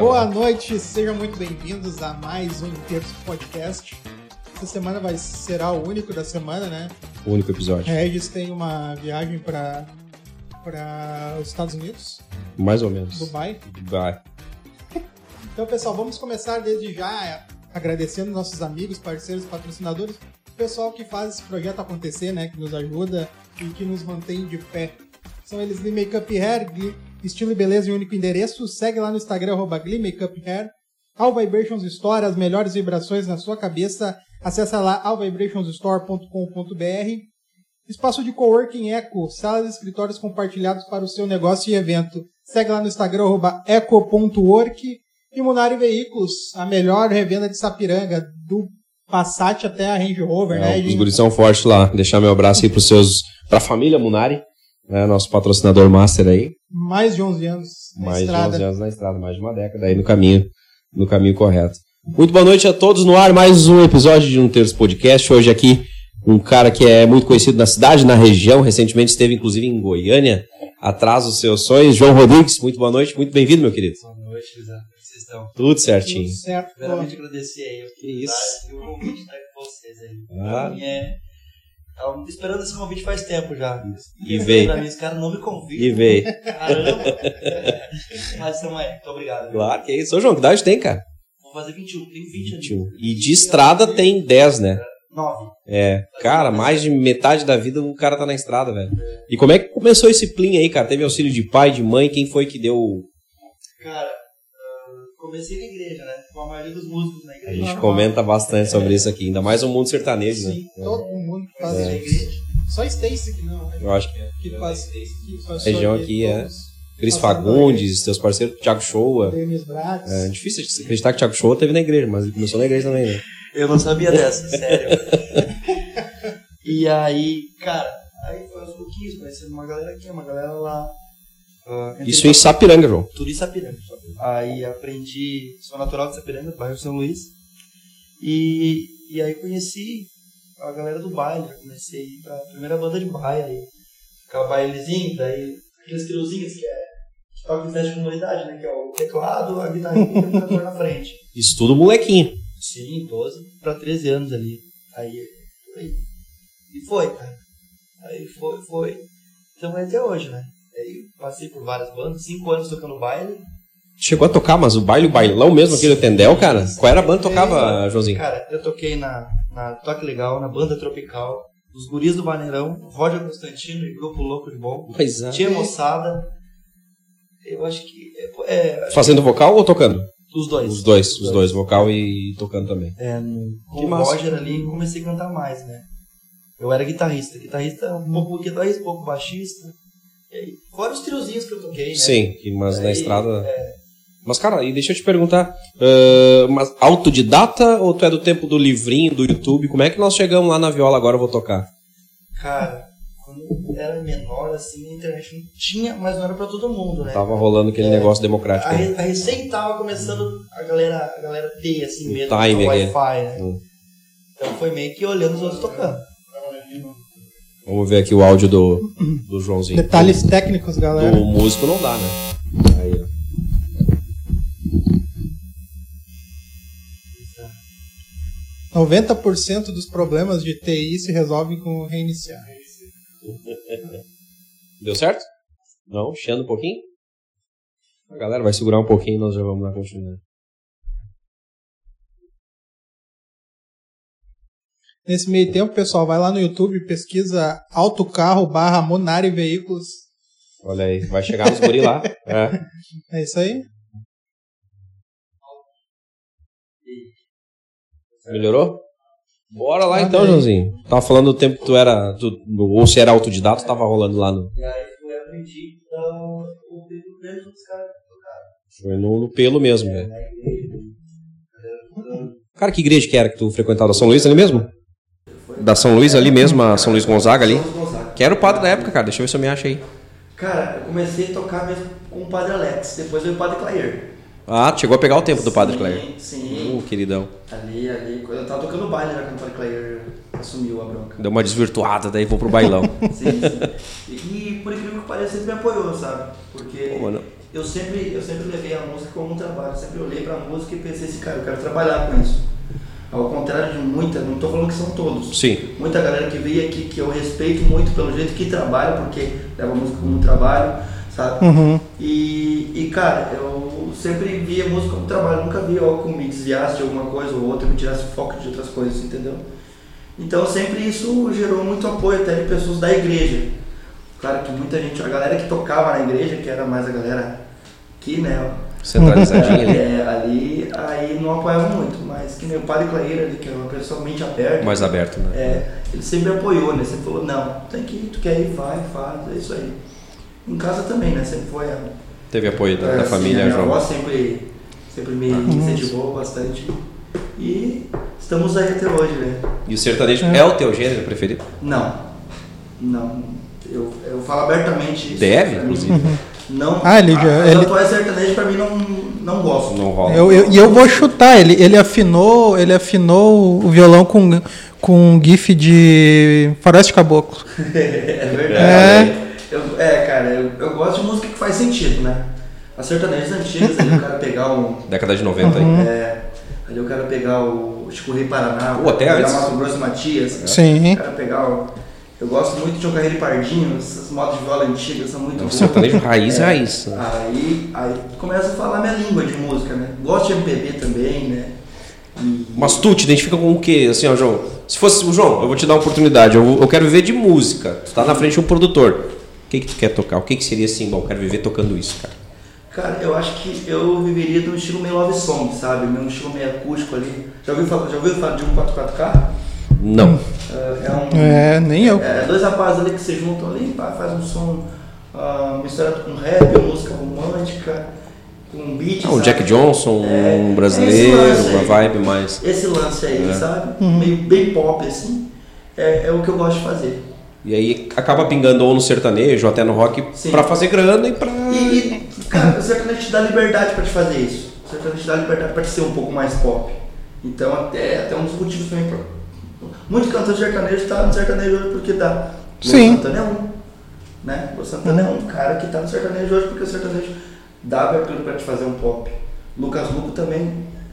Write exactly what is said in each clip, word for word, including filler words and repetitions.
Boa noite, sejam muito bem-vindos a mais um Terço Podcast. Essa semana vai será o único da semana, né? O único episódio. Regis tem uma viagem para para os Estados Unidos. Mais ou menos. Dubai. Dubai. Então, pessoal, vamos começar desde já agradecendo nossos amigos, parceiros, patrocinadores, o pessoal que faz esse projeto acontecer, né? Que nos ajuda e que nos mantém de pé. São eles Glee Makeup Hair, Glee, estilo e beleza em um único endereço. Segue lá no Instagram, arroba Glee Makeup Hair. All Vibrations Store, as melhores vibrações na sua cabeça. Acesse lá all vibrations store ponto com ponto b r. Espaço de Coworking Eco, salas e escritórios compartilhados para o seu negócio e evento. Segue lá no Instagram, arroba eco ponto work. E Munari Veículos, a melhor revenda de Sapiranga, do Passat até a Range Rover, é, né? Os gente... guris são fortes lá. Deixar meu abraço aí pros seus, pra família Munari, né, nosso patrocinador master aí. Mais de onze anos na mais estrada. Mais de onze anos na estrada, mais de uma década aí no caminho, no caminho correto. Muito boa noite a todos no ar, mais um episódio de Um Terço Podcast. Hoje aqui um cara que é muito conhecido na cidade, na região, recentemente esteve inclusive em Goiânia, atrás dos seus sonhos. João Rodrigues, muito boa noite, muito bem-vindo, meu querido. Boa noite, Luizão. Como vocês estão? Tudo certinho. Tudo certo. Primeiramente agradecer aí a Que isso. e o convite estar com vocês aí. Ah. Pra mim é... Tava esperando esse convite faz tempo já. E veio. Pra mim, os caras não me convidam. E veio. Caramba. Mas tamo aí. Muito obrigado. Claro que é isso. Ô, João, que idade tem, cara? Vou fazer vinte e um. Tenho vinte anos. vinte e um. E de estrada tem dez, né? nove. É, cara, mais de metade da vida o cara tá na estrada, velho. E como é que começou esse plim aí, cara? Teve auxílio de pai, de mãe? Quem foi que deu... Cara, uh, comecei na igreja, né? Com a maioria dos músicos na A igreja. gente Normal. comenta bastante sobre isso aqui, ainda mais o mundo sertanejo, né? Sim, todo mundo faz Comecei na isso. igreja. Só Stacy que não, né? Eu acho que Que faz, que faz região só aqui é todos. Cris Passando Fagundes, teus parceiros, Thiago Shoa. Denis Bratis. É difícil de acreditar que o Thiago Shoa teve na igreja, mas ele começou na igreja também, né? Eu não sabia dessa, sério. E aí, cara, aí foi aos pouquinhos, conhecendo uma galera aqui, uma galera lá. Uh, entrei Isso em Sapiranga, João. Tudo em Sapiranga. Aí aprendi, sou natural de Sapiranga, do bairro São Luís. E, e aí conheci a galera do baile, já comecei a ir pra primeira banda de baile. Aquela bailezinho, daí aqueles triozinhos que é que toca em festa de comunidade, né? Que é o teclado, a guitarrinha e o cantor na frente. Isso tudo molequinho. Sim, doze pra treze anos ali. Aí, aí e foi, cara. Aí foi, foi. Então até hoje, né? Aí passei por várias bandas, cinco anos tocando baile. Chegou a tocar, mas o baile, o bailão mesmo, aquele Tendel, cara? Qual era a banda que tocava, Joãozinho? Cara, eu toquei na, na Toque Legal, na Banda Tropical, os Guris do Maneirão, Roger Constantino e Grupo Louco de Bom. Pois é. Tinha moçada. Eu acho que. É, é, Fazendo vocal ou tocando? os dois. Os dois, os dois, vocal e tocando também. É, no, com Que o massa. Roger ali comecei a cantar mais, né? Eu era guitarrista. Guitarrista, um pouco guitarrista, um pouco baixista. E aí, fora os triozinhos que eu toquei, né? Sim, que- mas na Aí, estrada... é, Mas, cara, e deixa eu te perguntar, uh, mas autodidata ou tu é do tempo do livrinho, do YouTube? Como é que nós chegamos lá na viola, agora eu vou tocar? cara, quando eu era menor, assim, a internet não tinha, mas não era pra todo mundo, né? Tava rolando aquele É. negócio democrático. A, aí. re- a recém tava começando a galera, a galera ter, assim, O mesmo, time o aquele. Wi-Fi, né? Hum. Então foi meio que olhando os outros tocando. Vamos ver aqui o áudio do, do Joãozinho. Detalhes técnicos, galera. Do músico não dá, né? Aí, ó. noventa por cento dos problemas de T I se resolvem com reiniciar. Deu certo? Não? Chiando um pouquinho? A galera vai segurar um pouquinho e nós já vamos dar continuidade. Nesse meio tempo, pessoal, vai lá no YouTube, pesquisa autocarro barra Munari Veículos. Olha aí, vai chegar nos guri lá. É. É isso aí? Melhorou? Bora lá Olha então, aí. Joãozinho. Tava falando do tempo que tu era, tu, ou se era autodidata, tava rolando lá no... E aí eu aprendi então, o primeiro dos caras que tocaram. Foi no, no pelo mesmo, É, velho. na igreja, galera tocando. Cara, que igreja que era que tu frequentava? Da São Luís ali mesmo? Da São Luís ali mesmo, a São Luís Gonzaga ali? São Gonzaga. Que era o padre da época, cara. Deixa eu ver se eu me acho aí. Cara, eu comecei a tocar mesmo com o Padre Alex, depois veio o Padre Clair. Ah, chegou a pegar o tempo do padre Clair. Sim, sim. Uh, queridão. Ali, ali, eu tava tocando baile já quando o Padre Clair assumiu a bronca. Deu uma desvirtuada, daí vou pro bailão. Sim, sim. E, e por incrível que pareça, ele me apoiou, sabe? Porque Pô, mano. eu sempre, eu sempre levei a música como um trabalho. Eu sempre olhei pra música e pensei assim, cara, eu quero trabalhar com isso. Ao contrário de muita, não tô falando que são todos. Sim. Muita galera que veio aqui, que eu respeito muito pelo jeito que trabalha, porque leva a música como um trabalho, sabe? Uhum. E, e, cara, eu sempre via a música como trabalho, nunca vi algo que me desviasse de alguma coisa ou outra, me tirasse foco de outras coisas, entendeu? Então sempre isso gerou muito apoio até de pessoas da igreja. Claro que muita gente, a galera que tocava na igreja, que era mais a galera aqui, né? Centralizadinha ali. É, ali, aí não apoiava muito, mas que meu padre Clair ali, que é uma pessoa mente aberta. Mais aberto, né? É, ele sempre apoiou, né? Sempre falou, não, tem que ir, tu quer ir, vai, faz, é isso aí. Em casa também, né? Sempre foi a... Teve apoio da, é, da assim, família, a minha João. avó sempre, sempre me incentivou bastante. E estamos aí até hoje, né? E o sertanejo é, é o teu gênero preferido? Não, não. Eu, eu falo abertamente isso. Deve, inclusive. Não, ah, ele já... As ele... atuais sertanejas pra mim não, não gosto. Não rola. E eu, eu, eu vou chutar, ele, ele afinou ele afinou o violão com, com um gif de Faroeste Caboclo. É verdade. É, eu, é cara, eu, eu gosto de música que faz sentido, né? As sertanejas antigas, ali o cara pegar um... Década de noventa Uhum. aí. É, ali o cara pegar o Chico Rei Paraná, Ou até pegar antes. Mato Grosso e Matias. Sim. O cara pegar o... Eu gosto muito de um Carreiro e Pardinho, essas modas de viola antigas são muito O boas. sertanejo raiz é É. raiz. Né? Aí, aí começa a falar minha língua de música, né? Gosto de M P B também, né? E... Mas tu te identifica com o quê? Assim, ó, João. Se fosse o João, eu vou te dar uma oportunidade. Eu, eu quero viver de música. Tu tá na frente de um produtor. O que que tu quer tocar? O que que seria assim? Bom, eu quero viver tocando isso, cara. Cara, eu acho que eu viveria de um estilo meio love song, sabe? Um estilo meio acústico ali. Já ouviu falar, já ouviu falar de um quatro quatro K? Não. É, um, É, nem eu. É, dois rapazes ali que se juntam ali, pá, faz um som uh, misturado com rap, música romântica, com beat. Ah, um Jack Johnson, É, um brasileiro, esse uma aí. vibe mais. Esse lance aí, É. sabe? Uhum. Meio bem pop assim, é, é o que eu gosto de fazer. E aí acaba pingando ou no sertanejo, ou até no rock, Sim. pra fazer grana e pra. E, e cara, o sertanejo te dá liberdade pra te fazer isso. O sertanejo te dá liberdade pra te ser um pouco mais pop. Então, até, até um dos motivos também pra. Muitos cantores sertanejos estão no sertanejo hoje porque dá. Sim. O Santana é um. Né? O Santana é um cara que tá no sertanejo hoje porque o sertanejo dá abertura pra te fazer um pop. Lucas Luco também.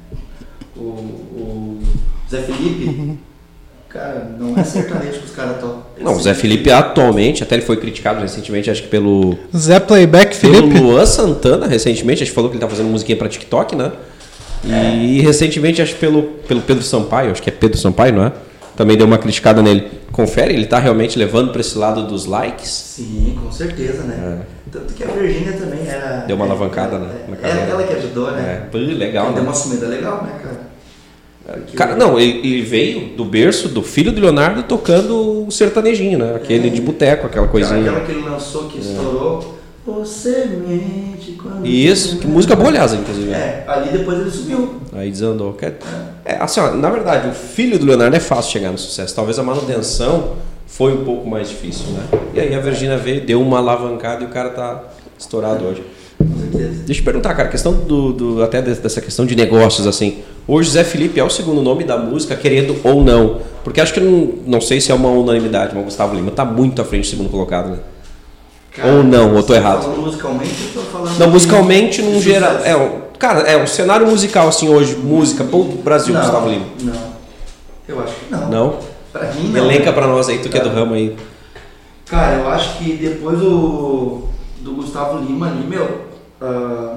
O, o Zé Felipe. Uhum. Cara, não é sertanejo que os caras tocam. Não, o Zé Felipe atualmente, até ele foi criticado recentemente, acho que pelo. Zé Playback Pelo Felipe. Luan Santana, recentemente, acho que falou que ele tá fazendo musiquinha pra TikTok, né? E recentemente, acho que pelo, pelo Pedro Sampaio, acho que é Pedro Sampaio, não é? Também deu uma criticada nele. Confere, ele tá realmente levando pra esse lado dos likes? Sim, com certeza, né? Tanto que a Virgínia também era. Deu uma alavancada, é, né, na É, carreira. é ela que ajudou, né? É, pô, legal, Ela deu né? uma sumida legal, né, cara? Porque- Cara, não, ele, ele veio do berço do filho do Leonardo tocando o sertanejinho, né? Aquele É. de boteco, aquela coisinha. Aquela que ele lançou que estourou. Você mente quando. Isso, que música boa, aliás, inclusive. É, ali depois ele subiu. Aí desandou. Quer- É, assim, ó, na verdade, o filho do Leonardo é fácil chegar no sucesso. Talvez a manutenção foi um pouco mais difícil, né? E aí a Virgínia veio, deu uma alavancada e o cara tá estourado hoje. Com certeza. Deixa eu perguntar, cara, questão do, do até dessa questão de negócios, assim. Hoje Zé Felipe é o segundo nome da música, querendo ou não. Porque acho que não, não sei se é uma unanimidade, mas o Gustavo Lima tá muito à frente do segundo colocado, né? Ou não, ou tô você errado? tá falando musicalmente ou tô falando. Não, de- musicalmente, de num sucesso? geral. É, o- cara, é o cenário musical, assim, hoje, música, pô, Brasil, não, Gustavo Lima. Não. Eu acho que não. Não? Pra mim, não. Elenca pra nós aí, tu que é do Tá. ramo aí. Cara, eu acho que depois do, do Gustavo Lima ali, meu. ah,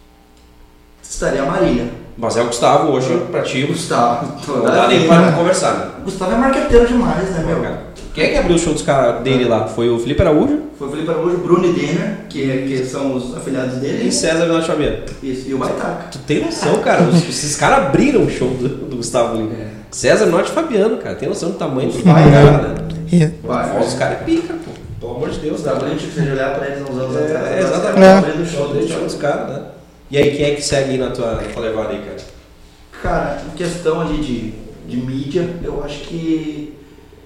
estaria a Marília. Mas é o Gustavo hoje, pra ti. Gustavo. Não Toda dá nem vida. pra conversar, né? Gustavo é marqueteiro demais, né, meu? Quem é que abriu o show dos caras dele lá? Foi o Felipe Araújo Foi o Felipe Araújo, Bruno e Denner, que, é- que são os afiliados dele. e César Vila Xavier. Isso, e o Baitaca. Tu tem noção, cara? Os- esses caras abriram o show do, do Gustavo Lima. É. César Norte e Fabiano, cara. Tem noção do tamanho do Vai, cara, né? né? E- Vai, A voz dos caras é pica, pô. Pelo amor de Deus, Os tá? talentos que você olhar pra eles uns anos É, atrás. exatamente. É. É. Abrindo o show Show deles. dos caras, né? E aí, quem é que segue aí na tua, na tua levada aí, cara? Cara, em questão ali de, de mídia, eu acho que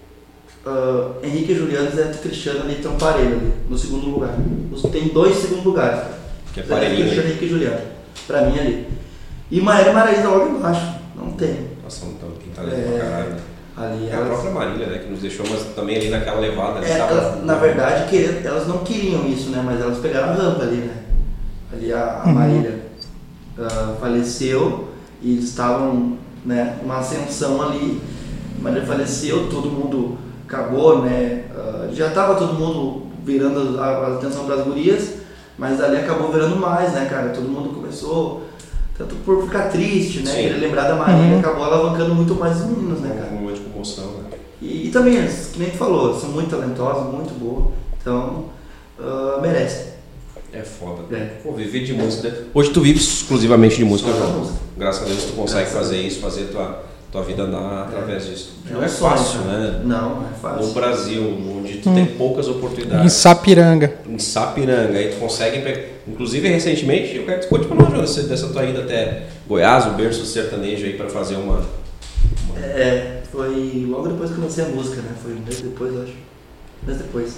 ah, Henrique e Juliano e Zé Cristiano ali estão parelho ali, no segundo lugar. Os- Tem dois segundos lugares, cara. Que é Zé parelhinho. Cristiano e Henrique e Juliano. Pra mim ali. E Maíra e Maraísa logo embaixo. Não tem. Nossa, então tem talento pra caralho, né? Ali É a elas, própria Marília, né, que nos deixou, mas também ali naquela levada. é, tava- elas, na verdade, querendo, elas não queriam isso, né? Mas elas pegaram a rampa ali, né? ali a, a Marília uh, faleceu e eles estavam, né, numa ascensão ali. A Marília faleceu, todo mundo acabou, né? Uh, já estava todo mundo virando a, a atenção para as gurias, mas ali acabou virando mais, né, cara? Todo mundo começou, tanto por ficar triste, né? Querer lembrar da Marília, uhum. acabou alavancando muito mais os meninos, né, cara? Um momento de comoção, né? E, e também, que nem tu falou, são muito talentosos, muito boas, então uh, merece. É foda. É. Pô, viver de música. Hoje tu vive exclusivamente de música, João. música. Graças a Deus tu consegue fazer isso, fazer tua, tua vida andar através é. disso. É não um é sonho, fácil, né? né? Não, não é fácil. No Brasil, onde tu hum. tem poucas oportunidades. Em Sapiranga. Em Sapiranga, aí tu consegue pegar. Inclusive, recentemente, eu quero que tu conte pra nós, João, dessa, dessa tua ida até Goiás, o berço sertanejo aí, pra fazer uma. uma... É, foi logo depois que eu lancei a música, né? Foi um mês depois, eu acho. Um mês depois.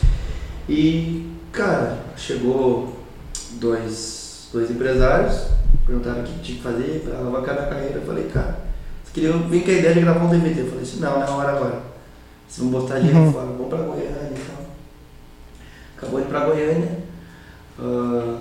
E, cara, chegou dois, dois empresários, perguntaram o que tinha que fazer pra alavancar minha carreira. Eu falei, cara, vocês queriam vir com a ideia de gravar um D V D. Eu falei assim, não, não é a hora agora. Vocês vão botar dinheiro uhum. fora, vamos pra Goiânia e tal. Acabou de ir pra Goiânia. Uh,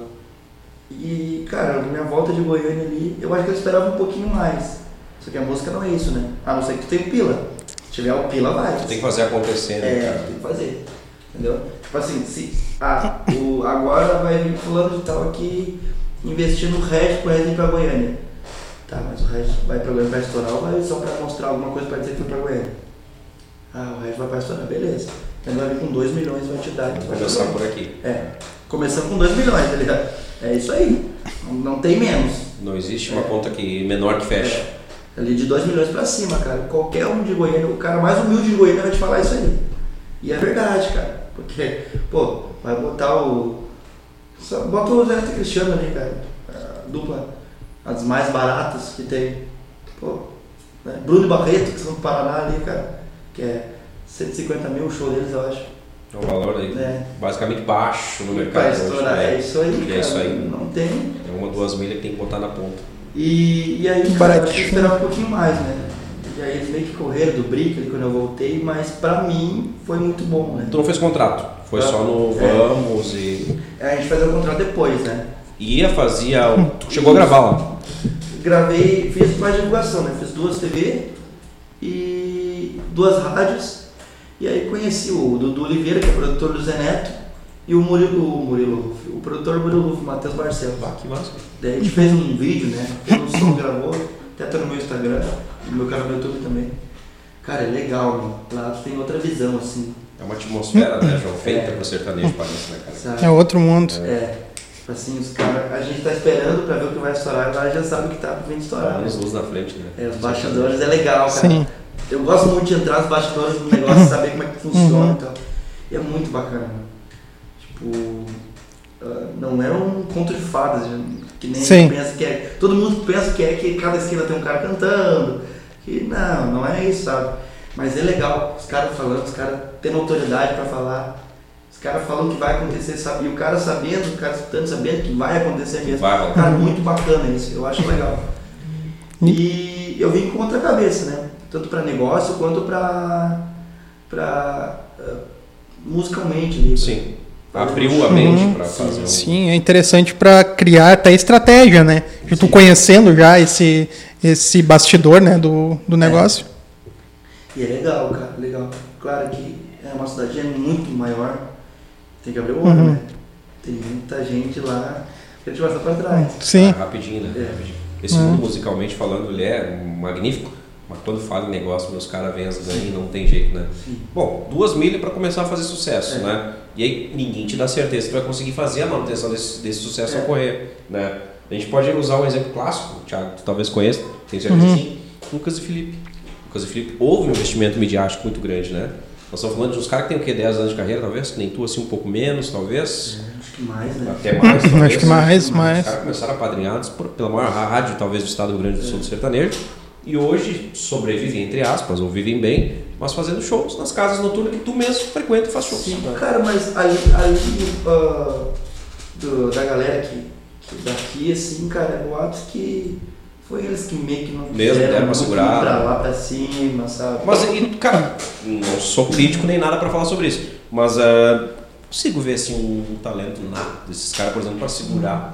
e, cara, minha volta de Goiânia ali, eu acho que eu esperava um pouquinho mais. Só que a música não é isso, né? A não ser que tu tenha pila. Se tiver o pila, vai. Tu tem que fazer acontecer, né, é, cara? tem que fazer. Entendeu? Tipo assim, se ah, o, agora vai vir fulano de tal aqui investindo o resto pro resto ir pra Goiânia. Tá, mas o resto vai pra Goiânia pra estourar ou vai só pra mostrar alguma coisa pra dizer que foi pra Goiânia? Ah, o resto vai pra estourar, beleza. Então vai vir com dois milhões vai te dar. Vai começar por aqui. É, começando com dois milhões, tá ligado? É isso aí, não, não tem menos. Não existe uma é. conta que menor que fecha. É. Ali de dois milhões pra cima, cara. Qualquer um de Goiânia, o cara mais humilde de Goiânia vai te falar isso aí. E é verdade, cara. Porque, pô, vai botar o. Só bota o Zé e Cristiano ali, cara. A dupla, as mais baratas que tem. Pô, né? Bruno e Barreto, que são do Paraná ali, cara. Que é cento e cinquenta mil o show deles, eu acho. É um valor aí, é. basicamente baixo no e mercado. Pra estourar, hoje, né? é isso aí, é cara. Isso aí. Não tem. É uma, duas milhas que tem que botar na ponta. E, e aí, cara, eu acho que eu esperava um pouquinho mais, né? E aí eles meio que correram do Brick quando eu voltei, mas pra mim foi muito bom, né? Tu não fez contrato? Foi pra, só no é, Vamos e... É, a gente fazia o contrato depois, né? Ia, fazia... Tu chegou a gravar lá? Gravei, fiz mais divulgação, né? Fiz duas T V e duas rádios. E aí conheci o Dudu Oliveira, que é produtor do Zé Neto, e o Murilo, o Murilo, o produtor Murilo, o Matheus Barcelos. Ah, que massa. Daí a gente fez um vídeo, né? Fez um som, gravou, até tá no meu Instagram, no meu canal no YouTube também. Cara, é legal, mano. Lá tu tem outra visão, assim. É uma atmosfera, né, João? Feita é. pro sertanejo, parece, né, cara? Sabe? É outro mundo. É. Tipo assim, os caras, a gente tá esperando pra ver o que vai estourar, agora já sabe o que tá por vir estourar. Ah, luz na frente, né? É, os bastidores é legal, cara. Sim. Eu gosto muito de entrar nos bastidores do negócio, saber como é que funciona uhum. e tal. E é muito bacana, mano. Tipo, uh, não é um conto de fadas, que nem Sim. pensa que é. Todo mundo pensa que é que cada esquina tem um cara cantando. Que não, não é isso, sabe? Mas é legal, os caras falando, os caras tendo autoridade pra falar. Os caras falando que vai acontecer, sabe? E o cara sabendo, o cara escutando, sabendo que vai acontecer mesmo. Vai, cara, muito bacana isso, eu acho legal. E eu vim com outra cabeça, né? Tanto para negócio quanto para para uh, musicalmente ali. Sim. Abriu a mente uhum. para fazer um... Sim, é interessante para criar até estratégia, né? Eu tô conhecendo já esse esse bastidor, né, do, do negócio. É. E é legal, cara, legal. Claro que é uma cidade muito maior. Tem que abrir o olho, uhum. né? Tem muita gente lá que a gente vai estar para trás. Sim. Ah, rapidinho, né? É. Rapidinho. Esse uhum. mundo musicalmente falando, ele é magnífico. Mas quando fala em negócio, meus caras vêm as ganham e não tem jeito, né? Sim. Bom, duas milhas para começar a fazer sucesso, é. né? E aí ninguém te dá certeza que vai conseguir fazer a manutenção desse, desse sucesso é. ocorrer, né? A gente pode usar um exemplo clássico, o Thiago, tu talvez conheça, tenho certeza uhum. que sim, Lucas e Felipe. Lucas e Felipe, houve um investimento midiático muito grande, né? Nós estamos falando de uns caras que têm o quê? dez anos de carreira, talvez? Que nem tu, assim, um pouco menos, talvez? É, acho que mais, né? Até mais, talvez. Acho que mais, mais. Os caras começaram apadrinhados por, pela maior rádio, talvez, do estado do Rio Grande do Sul, do sertanejo. E hoje sobrevivem, entre aspas, ou vivem bem, mas fazendo shows nas casas noturnas que tu mesmo frequenta e faz shows. Sim, cara, mas ali, ali uh, do, da galera que, que daqui, assim, cara, boatos que foi eles que meio que não mesmo deram pra segurar. Pra lá, pra cima, sabe? Mas, e, cara, não sou crítico nem nada pra falar sobre isso, mas uh, consigo ver, assim, um talento nato desses caras, por exemplo, pra segurar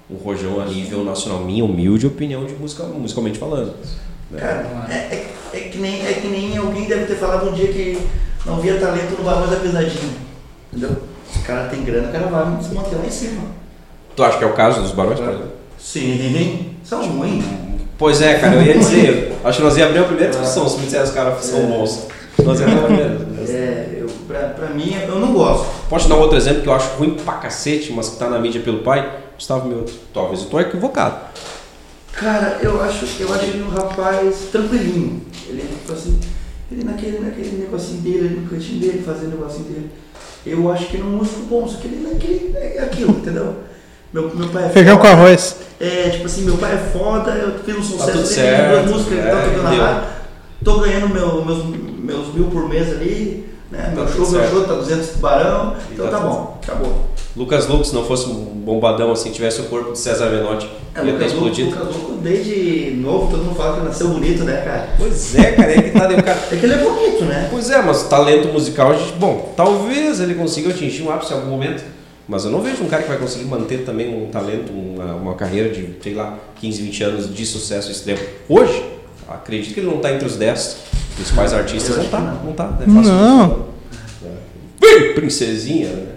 um rojão a nível nacional. Minha humilde opinião de música, musicalmente falando. Né? Cara, é, é, é, que nem, é que nem alguém deve ter falado um dia que não via talento no Barões da Pisadinha. Entendeu? Se o cara tem grana, o cara vai se manter lá em cima. Tu acha que é o caso dos Barões, por exemplo? Sim, são ruins. Pois é, cara, eu ia dizer. Acho que nós íamos abrir a primeira discussão se me disser os caras são bons. Nós íamos abrir a primeira. É, eu, pra, pra mim, eu não gosto. Posso te dar um outro exemplo que eu acho ruim pra cacete, mas que tá na mídia pelo pai? Gustavo Mioto. Talvez eu tô equivocado. Cara, eu acho, eu acho ele um rapaz tranquilinho. Ele, tipo assim, ele naquele, naquele negocinho dele, ali no cantinho dele, fazendo o negocinho dele. Eu acho que ele é um músico bom, só que ele naquele, é aquilo, entendeu? Meu, meu pai é Feijão foda. com arroz. É, tipo assim, meu pai é foda, eu fiz um sucesso, tudo tenho certo, duas músicas, é, tá tocando na deu. rádio, tô ganhando meu, meus, meus mil por mês ali, né? Meu Tá show, tudo meu certo. show tá duzentos tubarão, E então tá tá tudo bom, acabou. Lucas Luco, se não fosse um bombadão assim, tivesse o corpo de César Menotti, É, ia ter Lucas Luco, explodido. Lucas Luco, desde novo, todo mundo fala que nasceu bonito, né, cara? Pois é, cara, é que tá deu cara. É que ele é bonito, né? Pois é, mas talento musical, a gente, bom, talvez ele consiga atingir um ápice em algum momento, mas eu não vejo um cara que vai conseguir manter também um talento, uma, uma carreira de, sei lá, quinze, vinte anos de sucesso extremo. Hoje, acredito que ele não tá entre os dez principais artistas, não tá, não tá, né? Fácil Não. Bem, princesinha, né?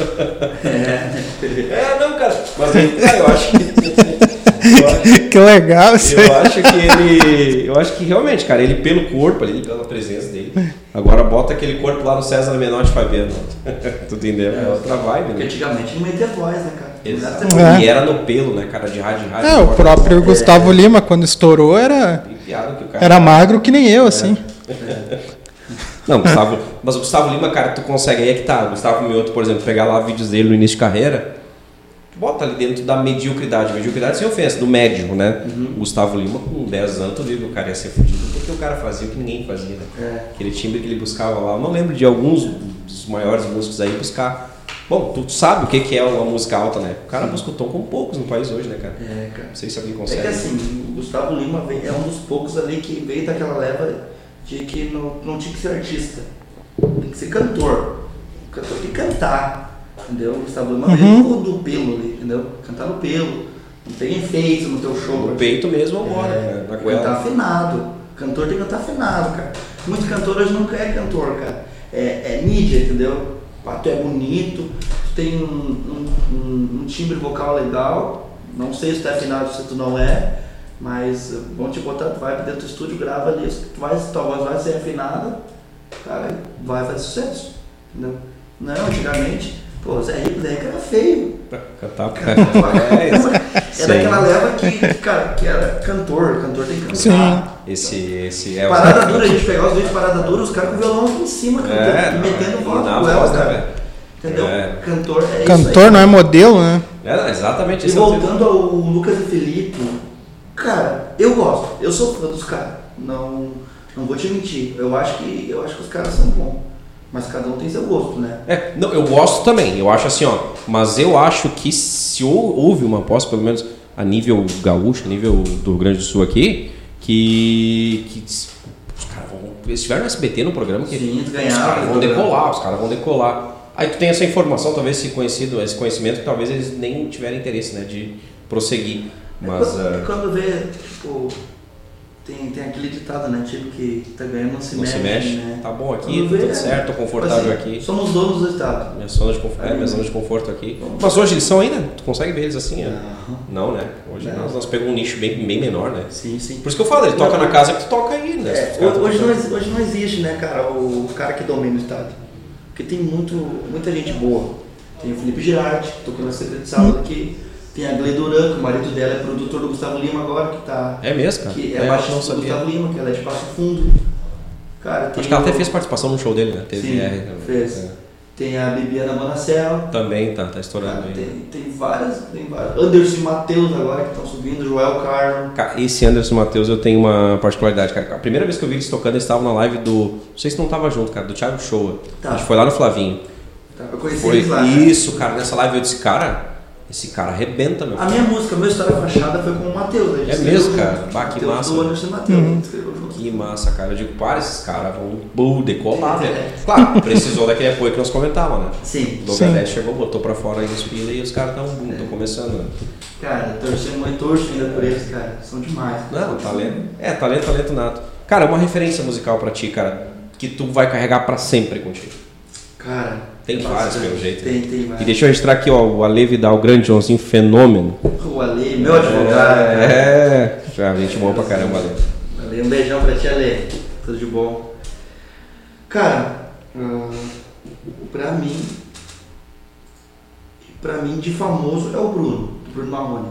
É. É, não, cara, mas aí, cara, eu acho que... eu acho- Que legal isso aí. Eu acho que ele. Eu acho que realmente, cara, ele pelo corpo ali, pela presença dele. Agora bota aquele corpo lá no César Menotti Fabiano. Tu entendeu? É outra vibe, Porque né? antigamente não metia voz, né, cara? Exato. É. E era no pelo, né, cara? De rádio, de rádio. É, o próprio Gustavo Lima, quando estourou, era, Tem piada que o cara. era magro que nem eu, assim. Não, Gustavo. Mas o Gustavo Lima, cara, tu consegue. Aí é que tá. O Gustavo Mioto, por exemplo, pegar lá vídeos dele no início de carreira. Bota ali dentro da mediocridade, mediocridade sem ofensa, do médio, né? Uhum. Gustavo Lima, com dez anos, tu viu que o cara ia ser fudido, porque o cara fazia o que ninguém fazia, né? É. Aquele timbre que ele buscava lá. Eu não lembro de alguns dos maiores músicos aí buscar. Bom, tu sabe o que que é uma música alta, né? O cara busca o tom como poucos no país hoje, né, cara? É, cara. Não sei se alguém É consegue. que assim, o Gustavo Lima veio- é um dos poucos ali que veio daquela leva de que não, não tinha que ser artista, tem que ser cantor. O cantor tem que cantar, entendeu? O Gustavo Lima veio do, do pelo ali, entendeu? Cantar no pelo, não tem efeito no teu show. No peito mesmo, vambora, É, né? Na cantar goela. afinado. Cantor tem que cantar afinado, cara. Muitos cantores nunca é cantor, cara. É, é mídia, entendeu? Ah, tu é bonito, tu tem um, um, um, um timbre vocal legal. Não sei se tu é afinado, se tu não é, mas vão te botar, tu vai pra dentro do estúdio, grava ali, tu vai, tua voz vai ser afinada, cara, vai fazer sucesso, entendeu? Não, antigamente, pô, Zé Rico, Zé Rico era feio. Cantar, Cara, é, esse- é daquela leva que, cara, que era cantor, cantor tem que cantar. Sim. Esse, esse é o. Parada dura, a gente pegar os vídeos de parada dura, os caras com o violão aqui em cima, cantando, É, e não, metendo e voz na com voz, ela, né, cara. velho? Entendeu? É. Cantor é isso Cantor aí. não é modelo, né? É, exatamente E esse é o voltando ao Lucas e Felipe, cara, eu gosto, eu sou fã dos caras. Não, não vou te mentir. Eu acho que eu acho que os caras são bons. Mas cada um tem seu gosto, né? É, não, eu gosto também, eu acho assim, ó, mas eu acho que se hou- houve uma aposta, pelo menos a nível gaúcho, a nível do Rio Grande do Sul aqui, que, que os caras vão, eles estiveram no S B T no programa que Sim, os ganharam caras o vão programa. decolar, os caras vão decolar. Aí tu tem essa informação, talvez esse conhecido, esse conhecimento, que talvez eles nem tiverem interesse, né, de prosseguir, mas... quando, ah, quando vê, tipo, tem, tem aquele ditado, né? Tipo que tá ganhando não se não mexe, se mexe, né? tá bom aqui, Quando tá vê, tudo certo, tô confortável assim, aqui. Somos donos do estado. Minha zona de conforto, é, minha zona de conforto aqui. Mas hoje eles são ainda? Tu consegue ver eles assim? é? Não. Não, né? Hoje Não. nós, nós pegamos um nicho bem, bem menor, né? Sim, sim. Por isso que eu falo, ele toca na casa que tu toca aí, né? É, Os caras hoje, tocam- não, exi- hoje não existe, né, cara, o cara que domina o estado. Porque tem muito, muita gente boa. Tem o Felipe Girardi, que tocou na Secret de Sala aqui. Tem a Gle Duran, que o marido dela é produtor do Gustavo Lima agora, que tá. É mesmo, cara? Que é, É, eu baixista não do sabia. Gustavo Lima, que ela é de Passo Fundo. Cara, tem Acho que ela até o- fez participação no show dele, né? Teve, Sim, é, fez. é. Tem a Bibiana Manacel. Também tá, tá estourando Cara, aí. tem, tem várias, tem várias. Anderson e Matheus agora que estão subindo, Joel Carlos. Cara, esse Anderson Matheus eu tenho uma particularidade, cara. A primeira vez que eu vi eles tocando, eles estavam na live do. Não sei se não tava junto, cara, do Thiago Shoa. Tá. A gente foi lá no Flavinho. Tá, eu conheci Foi eles lá. né? isso, cara. Nessa live eu disse, cara, esse cara arrebenta, meu A filho. minha música, meu História Fachada, foi com o Matheus. a gente É escreveu mesmo, junto. cara? Bah, que Matheus massa, do né? Anderson e Matheus, a gente escreveu junto. Que Que massa, cara. Eu digo, para, esses caras vão decolar, velho. Claro, precisou daquele apoio que nós comentávamos, né? Sim. O Dogadete chegou, botou pra fora aí os pila e os caras estão é. começando, né? Cara, torcendo muito, torço ainda por eles, cara. São demais. Não, talento. É, talento, talento nato. Cara, uma referência musical pra ti, cara, que tu vai carregar pra sempre contigo. Cara, tem vários, pelo jeito. Tem, tem vários. E deixa eu registrar aqui, ó, o Ale Vidal, o grande Joãozinho, fenômeno. O Ale, meu advogado. É, já, gente boa pra caramba, Ale. Ale, um beijão pra ti, Ale. Tudo de bom. Cara, uh, pra mim, pra mim, de famoso é o Bruno, o Bruno Marrone.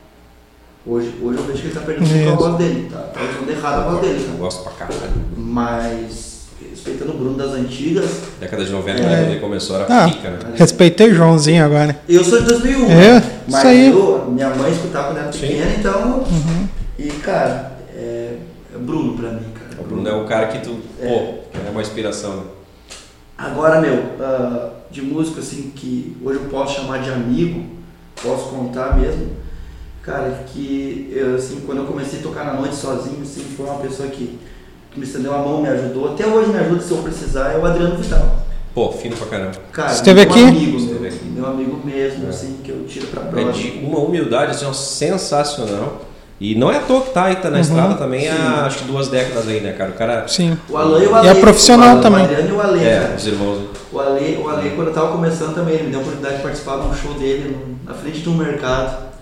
Hoje, hoje eu vejo que ele tá perdendo um pouco a voz dele, tá? Tá usando errado a voz dele, tá? Eu gosto pra caralho. Mas, respeitando o Bruno das antigas... Década de noventa, é. quando ele começou, era ah, pica, né? Respeitei o Joãozinho agora, né? Eu sou de dois mil e um, é, né? Mas isso aí. Eu, minha mãe escutava quando era pequena, Sim. então... Uhum. E, cara, é, é Bruno pra mim, cara. O Bruno é o cara que tu, é. pô, é uma inspiração, né? Agora, meu, uh, de músico, assim, que hoje eu posso chamar de amigo, posso contar mesmo... Cara, que eu, assim, quando eu comecei a tocar na noite sozinho, assim, foi uma pessoa que, que me estendeu a mão, me ajudou. Até hoje me ajuda se eu precisar, é o Adriano Vidal. Pô, fino pra caramba. Cara, Esteve meu aqui? amigo, Esteve meu, aqui. meu amigo mesmo, é. assim, que eu tiro pra É próxima. de uma humildade, assim, ó, sensacional. E não é à toa que tá aí, tá na uhum. estrada também há, acho que duas décadas aí, né, cara? O cara... Sim. O Alan e o Ale. E é profissional o também. O Adriano e o Ale, é, cara. os irmãos. O Ale, o Ale, quando eu tava começando também, ele me deu a oportunidade de participar de um show dele no, na frente de um mercado.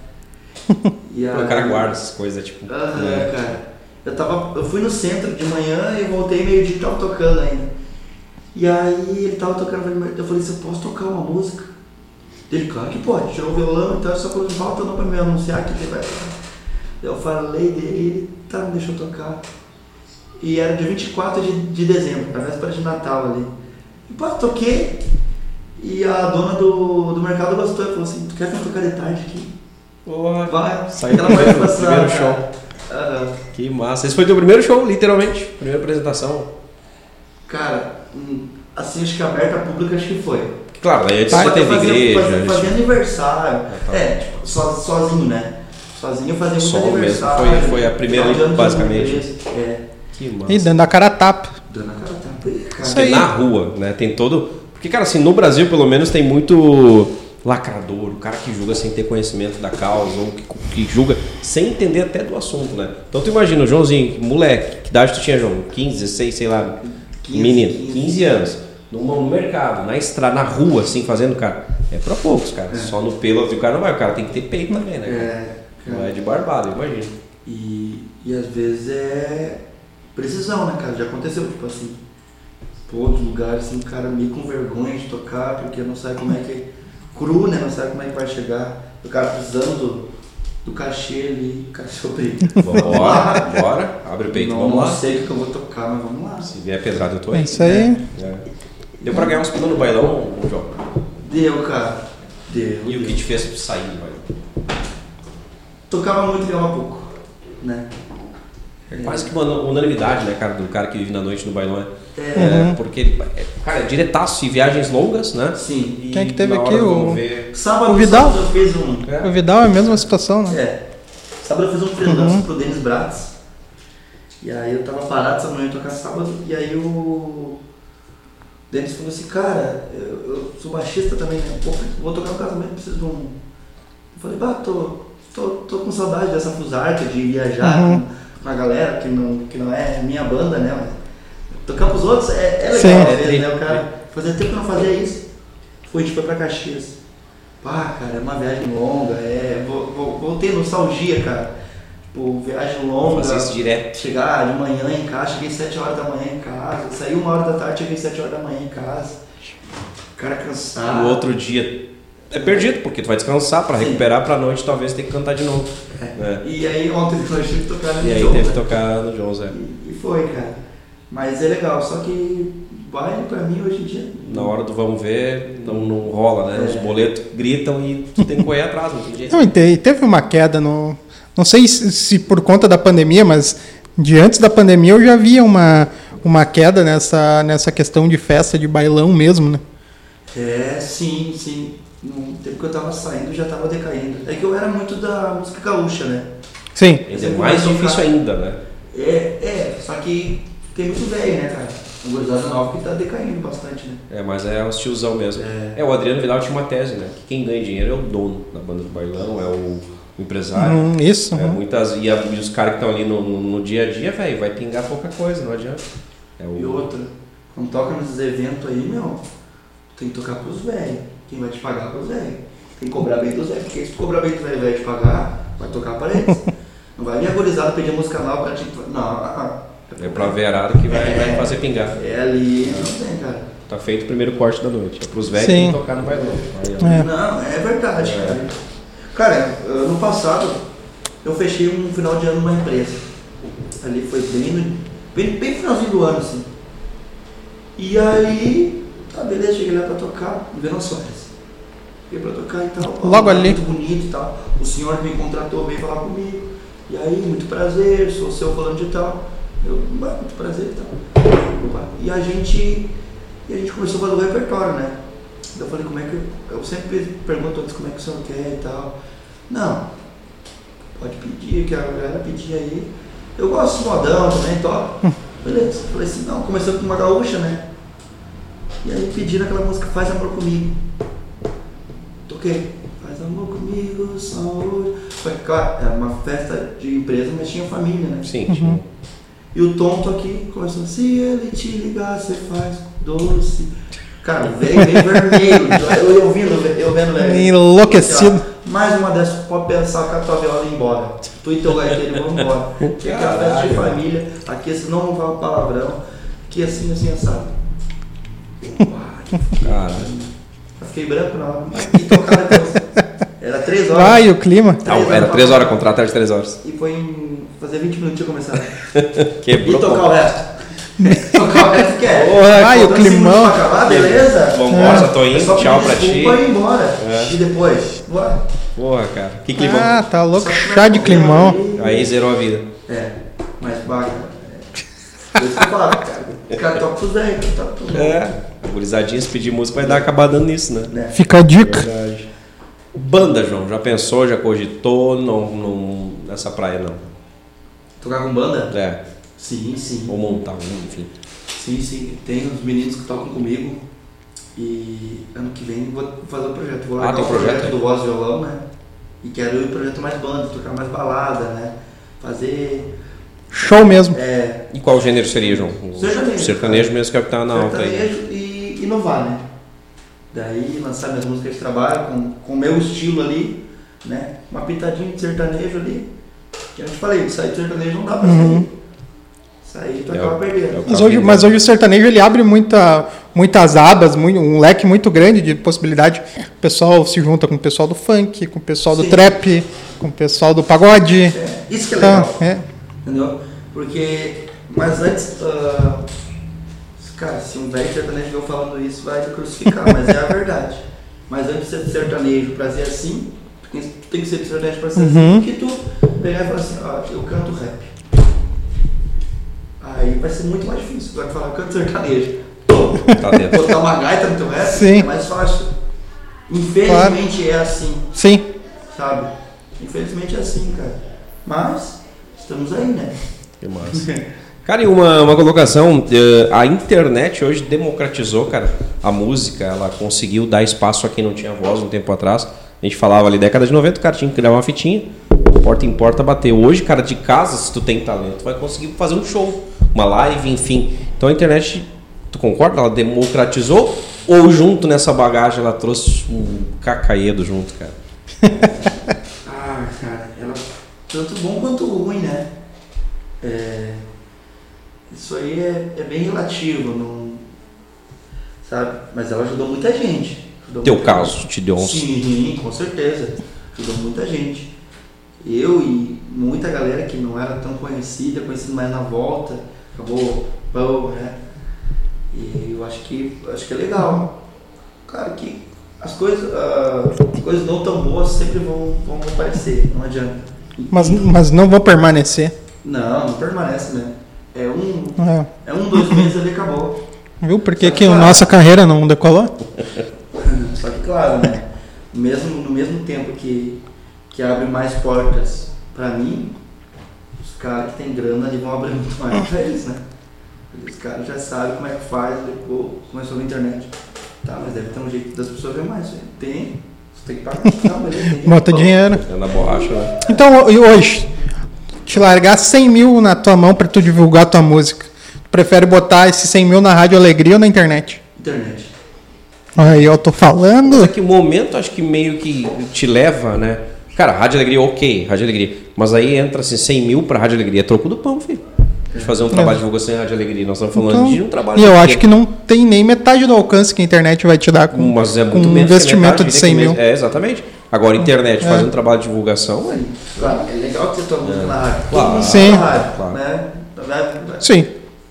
E aí, o cara guarda essas coisas, tipo... Aham, uh-huh, né? cara. Eu, tava, eu fui no centro de manhã e voltei meio-dia e tava tocando ainda. E aí ele tava tocando, eu falei, você posso tocar uma música? Ele, claro que pode, tirou o violão e tal, só falou, falta não pra me anunciar que ele vai tocar. Eu falei dele e ele, tá, me deixou tocar. E era dia vinte e quatro de, de dezembro, a véspera de Natal ali. E pô, toquei. E a dona do, do mercado gostou e falou assim, tu quer vir tocar de tarde aqui? Porra, vai, saiu do primeiro, primeiro show. Uhum. Que massa. Esse foi o teu primeiro show, literalmente? Primeira apresentação? Cara, assim, acho que aberta pública, acho que foi. Claro, aí antes você teve fazia, igreja. Fazia, fazia gente... aniversário. É, tá. é tipo, so, sozinho, né? Sozinho eu fazia muito Só aniversário. Mesmo. Foi, foi a primeira ali, basicamente. É. Que massa. E dando a cara a tapa. Dando a cara a tapa. Cara. Porque na rua, né? Tem todo... Porque, cara, assim, no Brasil, pelo menos, tem muito... lacrador, o cara que julga sem ter conhecimento da causa, ou que, que julga sem entender até do assunto, né? Então tu imagina, o Joãozinho, moleque, que idade tu tinha, João? quinze, dezesseis, sei lá, quinze, menino, quinze, quinze anos, no, no mercado, na estrada, na rua, assim, fazendo, cara, é pra poucos, cara, é. Só no pelo, o cara não vai, o cara tem que ter peito também, né? É, cara? Não é de barbado, imagina. E, e às vezes é precisão, né, cara? Já aconteceu, tipo assim, por outros lugares, assim, o cara meio com vergonha de tocar, porque não sabe como é que cru, né? Não sabe como é que vai chegar. O cara precisando do, do cachê ali, cachê o peito. Bora, bora, abre o peito, não, vamos não lá. Não sei o que eu vou tocar, mas vamos lá. Se vier pedrado, eu tô aí. É isso aí. É. Deu pra ganhar uns pila no bailão, João? Deu, cara. Deu. E deu. o que te fez sair do bailão? Tocava muito e ganhava pouco, né? É quase que uma unanimidade, né, cara, do cara que vive na noite no bailão. É. É, porque ele, cara, é diretaço e viagens longas, né? Sim. E quem é que teve aqui? O... Ver... Sábado, o Vidal. Sábado eu fiz um... É. O Vidal é a mesma situação, né? É. Sábado eu fiz um freelance uhum. pro Denis Bratz. E aí eu tava parado essa manhã tocar sábado. E aí o Denis falou assim, cara, eu, eu sou baixista também, né? Pô, vou tocar no casamento, preciso de um... Eu falei, bah, tô, tô, tô com saudade dessa fusarca de viajar uhum. com a galera que não, que não é minha banda, né? Mas tocar pros outros é, é legal, às vezes, né? O cara fazia tempo que não fazia isso. Foi, a gente foi pra Caxias. Pá, cara, é uma viagem longa, é. Vou, vou, vou ter nostalgia, cara. Tipo, viagem longa. Fazer isso direto. Chegar de manhã em casa, cheguei sete horas da manhã em casa. Saí uma hora da tarde, cheguei sete horas da manhã em casa. O cara cansado. No outro dia é perdido, porque tu vai descansar pra recuperar pra noite, talvez ter que cantar de novo. É. É. E aí ontem nós tive que tocar no E aí Jones, teve né? que tocar no Jones, é. E, e foi, cara. Mas é legal, só que baile pra mim hoje em dia... Na hora do vamos ver, não, não rola, né? É. Os boletos gritam e tu tem que correr atrás, não tem jeito. Não, e teve uma queda no... Não sei se, se por conta da pandemia, mas de antes da pandemia eu já via uma, uma queda nessa, nessa questão de festa, de bailão mesmo, né? É, sim, sim. No tempo que eu tava saindo já tava decaindo. É que eu era muito da música gaúcha, né? Sim. Ainda é mais difícil ainda, né? É, é, só que tem muito velho, né, cara? A gurizada nova que tá decaindo bastante, né? É, mas é os tiozão mesmo. É. É, o Adriano Vidal tinha uma tese, né? Que quem ganha dinheiro é o dono da banda do bailão, é o, o empresário. Hum, isso. É, Uhum. muitas, e, a, e os caras que estão ali no, no, no dia a dia, velho, vai pingar pouca coisa, não adianta. É o... E outra, quando toca nesses eventos aí, meu, tem que tocar pros velhos. Quem vai te pagar é pros velhos. Tem que cobrar bem dos velhos, porque se tu cobrar bem dos velhos vai te pagar, vai tocar para eles. Não vai vir agorizado pedir música nova pra te. Não, não. É pra verada que vai, é, vai fazer pingar. É ali, não tem, cara. Tá feito o primeiro corte da noite. É pros velhos que Sim. tem que tocar no bailão. Aí, ó. É. Não, é verdade, É. cara. Cara, ano passado eu fechei um final de ano numa empresa. Ali foi bem no, bem, bem finalzinho do ano, assim. E aí, tá, beleza, cheguei lá pra tocar, no Venom Soares. Cheguei pra tocar e tal. Logo pô, ali. Muito bonito e tal. O senhor que me contratou veio falar comigo. E aí, muito prazer, sou o seu fulano de tal. Eu, "Ah, muito prazer e tal. Opa. E a gente. E a gente começou a fazer o repertório, né? Eu falei, como é que. Eu, eu sempre pergunto antes como é que o senhor quer e tal. Não. Pode pedir, que a galera pedir aí. Eu gosto de modão também, toco. Beleza. Falei assim, não, começou com uma gaúcha, né? E aí pediram aquela música Faz Amor Comigo. Toquei. Faz amor comigo, só hoje. Foi, claro, era uma festa de empresa, mas tinha família, né? Sim, tinha. E o tonto aqui começou, se ele te ligar, você faz doce. Cara, veio bem vermelho. Eu, eu ouvindo, eu vendo, velho. Enlouquecido. Assim, ó, mais uma dessas, pode pensar com a tua viola e ir embora. Tu e teu gaiteiro vão embora. Porque aqui é a festa de família, aqui senão não fala palavrão. Aqui assim, assim, assado. Caralho. Eu fiquei branco na hora. E tocar depois. Era três horas. Vai, o clima. Ah, era três horas, contrato era de três horas. E foi em fazer vinte minutos de começar. Quebrou. E tocar o resto. Tocar o resto que é. Porra, vai, o Faltando cinco climão. minutos pra acabar, beleza? Vambora, tô indo, É só tchau pedir pra ti. desculpa e ir embora. É. E depois, bora. Porra, cara. Que climão. Ah, tá louco. Só que Chá de não é climão. problema Aí zerou a vida. É, mas baga. É. Por isso que eu falo, cara. O cara toca pros velhos, toca pros velhos. É. A gurizadinha, se pedir música, vai dar acabar dando nisso, né? Né? Fica a dica. Verdade. Banda, João, já pensou, já cogitou? Não, não, nessa praia não. Tocar com banda? É. Sim, sim. Ou montar um, enfim. Sim, sim. Tem uns meninos que tocam comigo. E ano que vem vou fazer um projeto. Vou Ah, largar tem o projeto, projeto é? do Voz e Violão, né? E quero ir pro projeto mais banda, tocar mais balada, né? Fazer. Show mesmo. É, E qual gênero seria, João? O Sertanejo. sertanejo mesmo que é o que tá na alta aí. sertanejo e inovar, né? Daí lançar minhas músicas de trabalho com, com o meu estilo ali, né? Uma pitadinha de sertanejo ali. Que eu te falei, sair de sertanejo não dá pra Uhum. sair. Sair tu É acaba o- perdendo. é o Mas hoje, mas hoje o sertanejo ele abre muita, muitas abas, muito, um leque muito grande de possibilidade. O pessoal se junta com o pessoal do funk, com o pessoal do Sim. trap, com o pessoal do pagode. É, isso que é legal. Então, é. Entendeu? Porque, mas antes, ah, cara, se um velho sertanejo eu falando isso vai me crucificar, mas é a verdade. Mas antes de ser sertanejo pra ser assim, tu tem- tu tem que ser sertanejo pra ser Uhum. assim, porque tu pegar e falar assim, ó, eu canto rap. Aí vai ser muito mais difícil, tu vai falar, eu canto sertanejo. Tá dentro. Botar uma gaita no teu rap Sim. é mais fácil. Infelizmente é assim, Sim. sabe? Infelizmente é assim, cara. Mas, estamos aí, né? Que massa. Cara, e uma, uma colocação, eh, a internet hoje democratizou, cara, a música, ela conseguiu dar espaço a quem não tinha voz um tempo atrás. A gente falava ali, década de noventa, o cara tinha que criar uma fitinha, porta em porta bater. Hoje, cara, de casa, se tu tem talento, vai conseguir fazer um show, uma live, enfim. Então a internet, tu concorda? Ela democratizou ou junto nessa bagagem ela trouxe um cacaedo junto, cara? Ah, cara, ela tanto bom quanto ruim, né? É, isso aí é, é bem relativo, não, sabe? Mas ela ajudou muita gente. Ajudou Teu muita caso, te deu um... Sim, com certeza. Ajudou muita gente. Eu e muita galera que não era tão conhecida, conhecida mais na volta, acabou, bom, né? E eu acho que, acho que é legal. Claro que as coisas, ah, coisas não tão boas sempre vão, vão aparecer, não adianta. Mas, mas não vão permanecer. Não, não permanece, né? É um, É. é um, dois meses ali acabou. Viu por que, Só que, que a claro, nossa carreira não decolou? Só que claro, né? Mesmo, no mesmo tempo que, que abre mais portas pra mim, caras que tem grana ali vão abrir muito mais pra eles, né? Os caras já sabem como é que faz, depois começou na internet. Tá, mas deve ter um jeito das pessoas ver mais. Tem, você tem que pagar. Não, beleza, tem Bota dinheiro. É na borracha, né? Então, e hoje, te largar cem mil na tua mão pra tu divulgar tua música, tu prefere botar esses cem mil na Rádio Alegria ou na internet? Internet. Aí eu tô falando. Mas é que o momento acho que meio que te leva, né? Cara, Rádio Alegria, ok, Rádio Alegria. Mas aí entra assim, cem mil pra Rádio Alegria, é troco do pão, filho. De fazer um trabalho de divulgação em Rádio Alegria. Nós estamos falando Então, de um trabalho. e eu pequeno. acho que não tem nem metade do alcance que a internet vai te dar com, Mas é com muito um menos que investimento metade, de cem né, que mil. mesmo- É, exatamente. Agora, internet, É. fazer um trabalho de divulgação, é. Claro, é legal ter tua música na rádio. Claro. Todo mundo Sim. na rádio, Claro. né? Na verdade, Sim.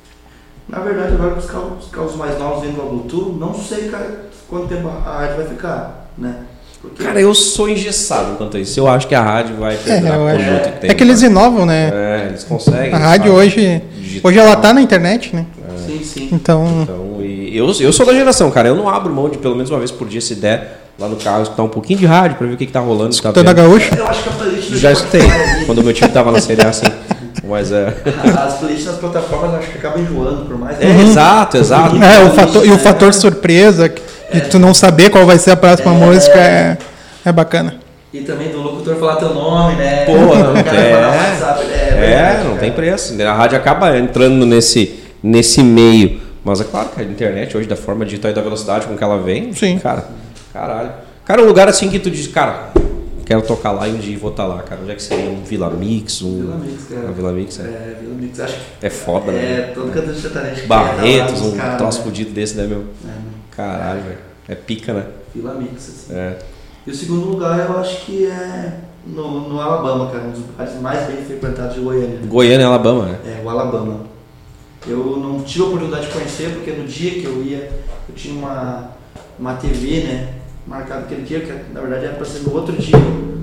na verdade, agora que os carros, os carros mais novos vêm do Bluetooth, não sei, cara, quanto tempo a rádio vai ficar, né? Porque Cara, eu sou engessado quanto a isso. Eu acho que a rádio vai É, perdurar eu por acho. muito tempo. É que eles inovam, né? É, eles conseguem. A rádio sabe? hoje, Digital. hoje ela tá na internet, né? sim, sim. Então, Então, e eu, eu sou da geração, cara. Eu não abro mão de pelo menos uma vez por dia, se der, lá no carro, escutar um pouquinho de rádio pra ver o que, que tá rolando. se tá escutando a vendo. gaúcha. Eu acho que a playlist do Já Spotify escutei. ali, Quando o meu time tava na Série A, assim. Mas é. as playlists nas plataformas acho que acabam enjoando, por mais que É, exato, exato. É, o fator, e o fator surpresa, que- de tu não saber qual vai ser a próxima É. música, é, é bacana. E também do locutor falar teu nome, né? Pô, o não cara é. falar no WhatsApp. É, É, verdade, não cara. tem preço. A rádio acaba entrando nesse, nesse meio. Mas é claro que a internet hoje, da forma digital e da velocidade com que ela vem, Sim. cara, caralho. Cara, um lugar assim que tu diz, cara, quero tocar lá e um dia vou estar lá, cara. Onde é que seria? Um Vila Mix? Um... Vila Mix, cara. Uma Vila Mix, é. É, Vila Mix, acho que É foda, é, né? todo cantor de sertanejo que Barretos, quer tá lá um buscar, troço né? fudido desse, né, meu? É, né? Caralho, velho. É pica, né? Vila Mix, assim. É. E o segundo lugar eu acho que é no, no Alabama, cara, um dos lugares mais bem frequentados de Goiânia. Goiânia, Alabama, né? É, o Alabama. Eu não tive a oportunidade de conhecer, porque no dia que eu ia, eu tinha uma, uma T V, né, marcada aquele dia, que na verdade era para ser no outro dia.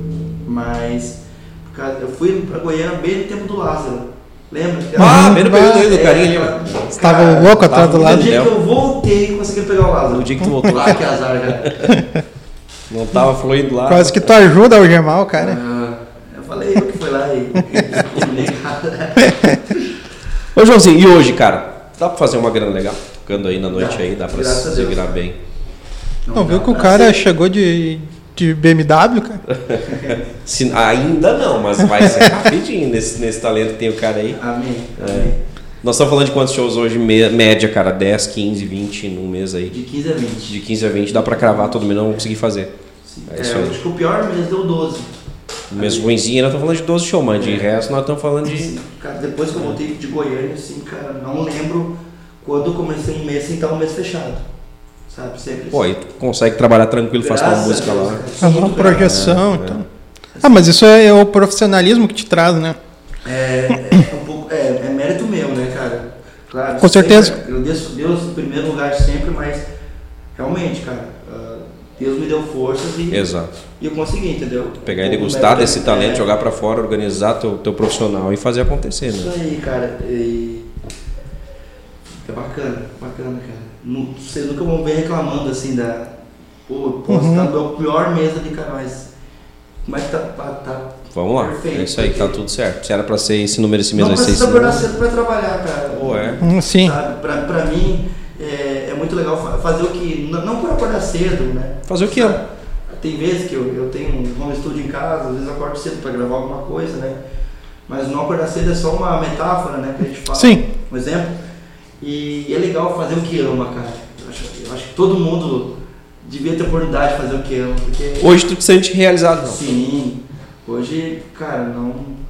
Mas por causa- eu fui pra Goiânia bem no tempo do Lázaro. Lembra? Que Ah, Uhum. bem no período aí do É, carinho ali, mano. Você tava louco atrás do tava lado. No dia Léo. que eu voltei, consegui pegar o Lázaro. No dia que tu voltou. Ah, que azar, cara. Não tava fluindo lá. Quase que tu ajuda o Gemal, cara. Ah, eu falei, eu que fui lá e combinei, cara. Ô, Joãozinho, e hoje, cara? Dá pra fazer uma grana legal? Tocando aí na noite Dá, aí, dá pra graças a se Deus. virar bem. Não, viu dá que o pra cara ser. chegou de, de B M W, cara? Se- ainda não, mas vai ser rapidinho nesse, nesse talento que tem o cara aí. Amém, É. amém. Nós estamos falando de quantos shows hoje, me- média, cara? dez, quinze, vinte num mês aí. De quinze a vinte. De quinze a vinte dá pra cravar todo mês, não conseguir fazer. Sim. É É, isso eu aí. acho que o pior mês deu doze. Um mês ruimzinho, nós estamos falando de doze shows, mas de É. resto nós estamos falando de... Cara, depois que eu voltei de Goiânia, assim, cara, não lembro quando eu comecei um mês sem estar um mês fechado. Sabe? Sempre. Pô, aí tu consegue trabalhar tranquilo, faz tua Graças a música Deus, lá. cara, Faz uma muito grato. projeção, É, então. Ah, mas isso é, é o profissionalismo que te traz, né? É, é, um pouco, é, é mérito meu, né, cara? Claro, Com certeza. sempre, eu agradeço Deus em primeiro lugar sempre, mas realmente, cara, ah, Deus me deu forças e, Exato. e eu consegui, entendeu? Pegar e O degustar mérito desse é- talento, é, jogar pra fora, organizar teu, teu profissional e fazer acontecer, Isso né? aí, cara. E... É bacana, bacana, cara. Nu- Vocês nunca vão ver reclamando assim da. Pô, posso Uhum. estar no meu pior mês ali, cara, mas. Como é que tá? Tá. tá Vamos lá, perfeito, é isso aí, tá porque tudo certo. Se era pra ser esse número, esse mês Não vai ser esse precisa acordar número. cedo pra trabalhar, cara. Pô, é. Hum, Sim. Sabe? Pra, pra mim, é, é muito legal fa- fazer o que. Não, não por acordar cedo, né? Fazer o que ama. Tem vezes que eu, eu tenho um home studio em casa, às vezes eu acordo cedo pra gravar alguma coisa, né? Mas não acordar cedo é só uma metáfora, né? Que a gente fala. Sim. Um exemplo. E é legal fazer o que ama, cara. Eu acho, eu acho que todo mundo devia ter oportunidade de fazer o que ama. Porque, Hoje tu te sente realizado, não? sim, hoje, cara, não.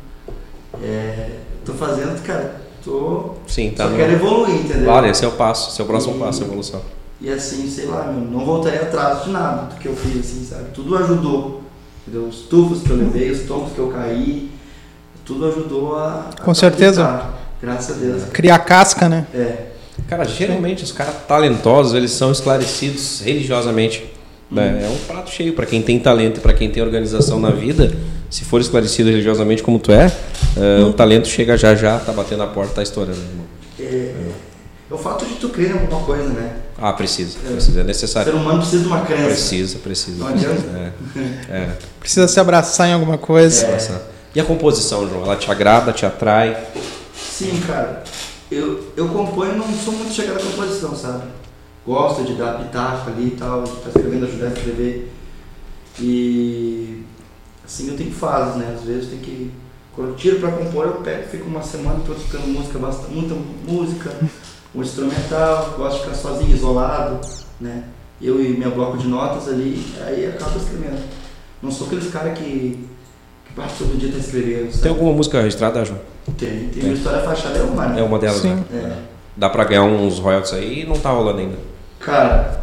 É, tô fazendo, cara, tô. Sim, tá só no... quero evoluir, entendeu? Claro, esse é o passo, esse é o próximo E- passo, a evolução. E assim, sei lá, meu, não voltaria atrás de nada do que eu fiz, assim, sabe? Tudo ajudou. Entendeu? Os tufos que eu levei, os tombos que eu caí, tudo ajudou a. a Com certeza. captar. Graças a Deus. Criar casca, né? É. Cara, geralmente os caras talentosos, eles são esclarecidos religiosamente. Né? É um prato cheio para quem tem talento e para quem tem organização na vida. Se for esclarecido religiosamente como tu é, é, o talento chega já já, tá batendo a porta, tá estourando, irmão. É, é o fato de tu crer em alguma coisa, né? Ah, precisa, precisa, é O necessário. ser humano precisa de uma crença. Precisa, precisa. Não adianta. É, é, Precisa se abraçar em alguma coisa. É. passar. E a composição, João? Ela te agrada, te atrai? Sim, cara. Eu, eu componho e não sou muito chegado à composição, sabe? Gosto de dar pitaco ali e tal, de estar escrevendo, ajudar a escrever. E assim eu tenho fases, né? Às vezes eu tenho que... Quando eu tiro pra compor, eu pego, fico uma semana toda escutando música, bastante, muita música, um instrumental, gosto de ficar sozinho, isolado, né? Eu e meu bloco de notas ali, aí acabo escrevendo. Não sou aqueles caras que, que parte todo dia tá escrevendo, sabe? Tem alguma música registrada, João? Tem, tem, tem. Uma história fachada, é uma, né? É uma delas, Sim. né? É. Dá pra ganhar uns royalties aí e não tá rolando ainda. Cara,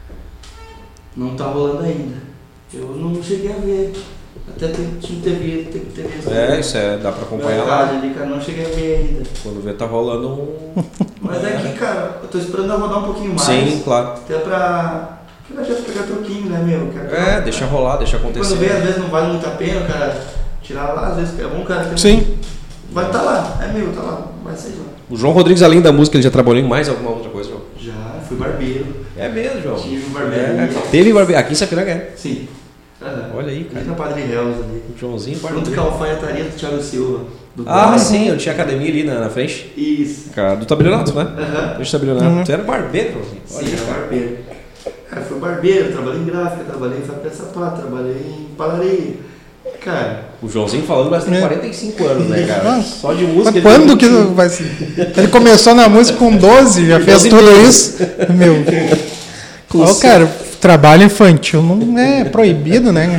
não tá rolando ainda. Eu não cheguei a ver. Até tem que ter visto, tem que ter visto. É, isso é, dá pra acompanhar lá. Ali, cara, não cheguei a ver ainda. Quando vê, tá rolando um... Mas é que, cara, eu tô esperando ela rodar um pouquinho mais. Sim, claro. Até pra... Que não adianta pegar troquinho, né, meu? Que É, deixa rolar, deixa acontecer. Quando vê, às vezes não vale muito a pena, o cara tirar lá, às vezes é bom, cara. Que Sim. Vai tá lá, é meu, tá lá, vai sair lá. O João Rodrigues, além da música, ele já trabalhou em mais alguma outra coisa, João? Já, fui barbeiro. É mesmo, João. Tive um barbeiro. É, teve barbeiro. Aqui em Sapiranga é. Sim. Uhum. Olha aí, cara. Ali na Padre Reus ali. O Joãozinho Junto barbeiro. com a alfaiataria do Thiago Silva. Do Ah, Bola. sim, eu tinha academia ali na, na frente. Isso. Cara, do tabelionato, né? Aham. Do tabelionato. Uhum. Tu era barbeiro, Joãozinho? Sim, era barbeiro. Cara, fui barbeiro, trabalhei em gráfica, trabalhei em fábrica de sapato, trabalhei em padaria. Cara, O Joãozinho falando, mas tem É. quarenta e cinco anos, né, cara? Ah, Só de música. Mas ele quando tem que vinte. vai ser? Ele começou na música com doze, já fez doze tudo meses. isso. Meu. Ó, cara, trabalho infantil não é proibido, né?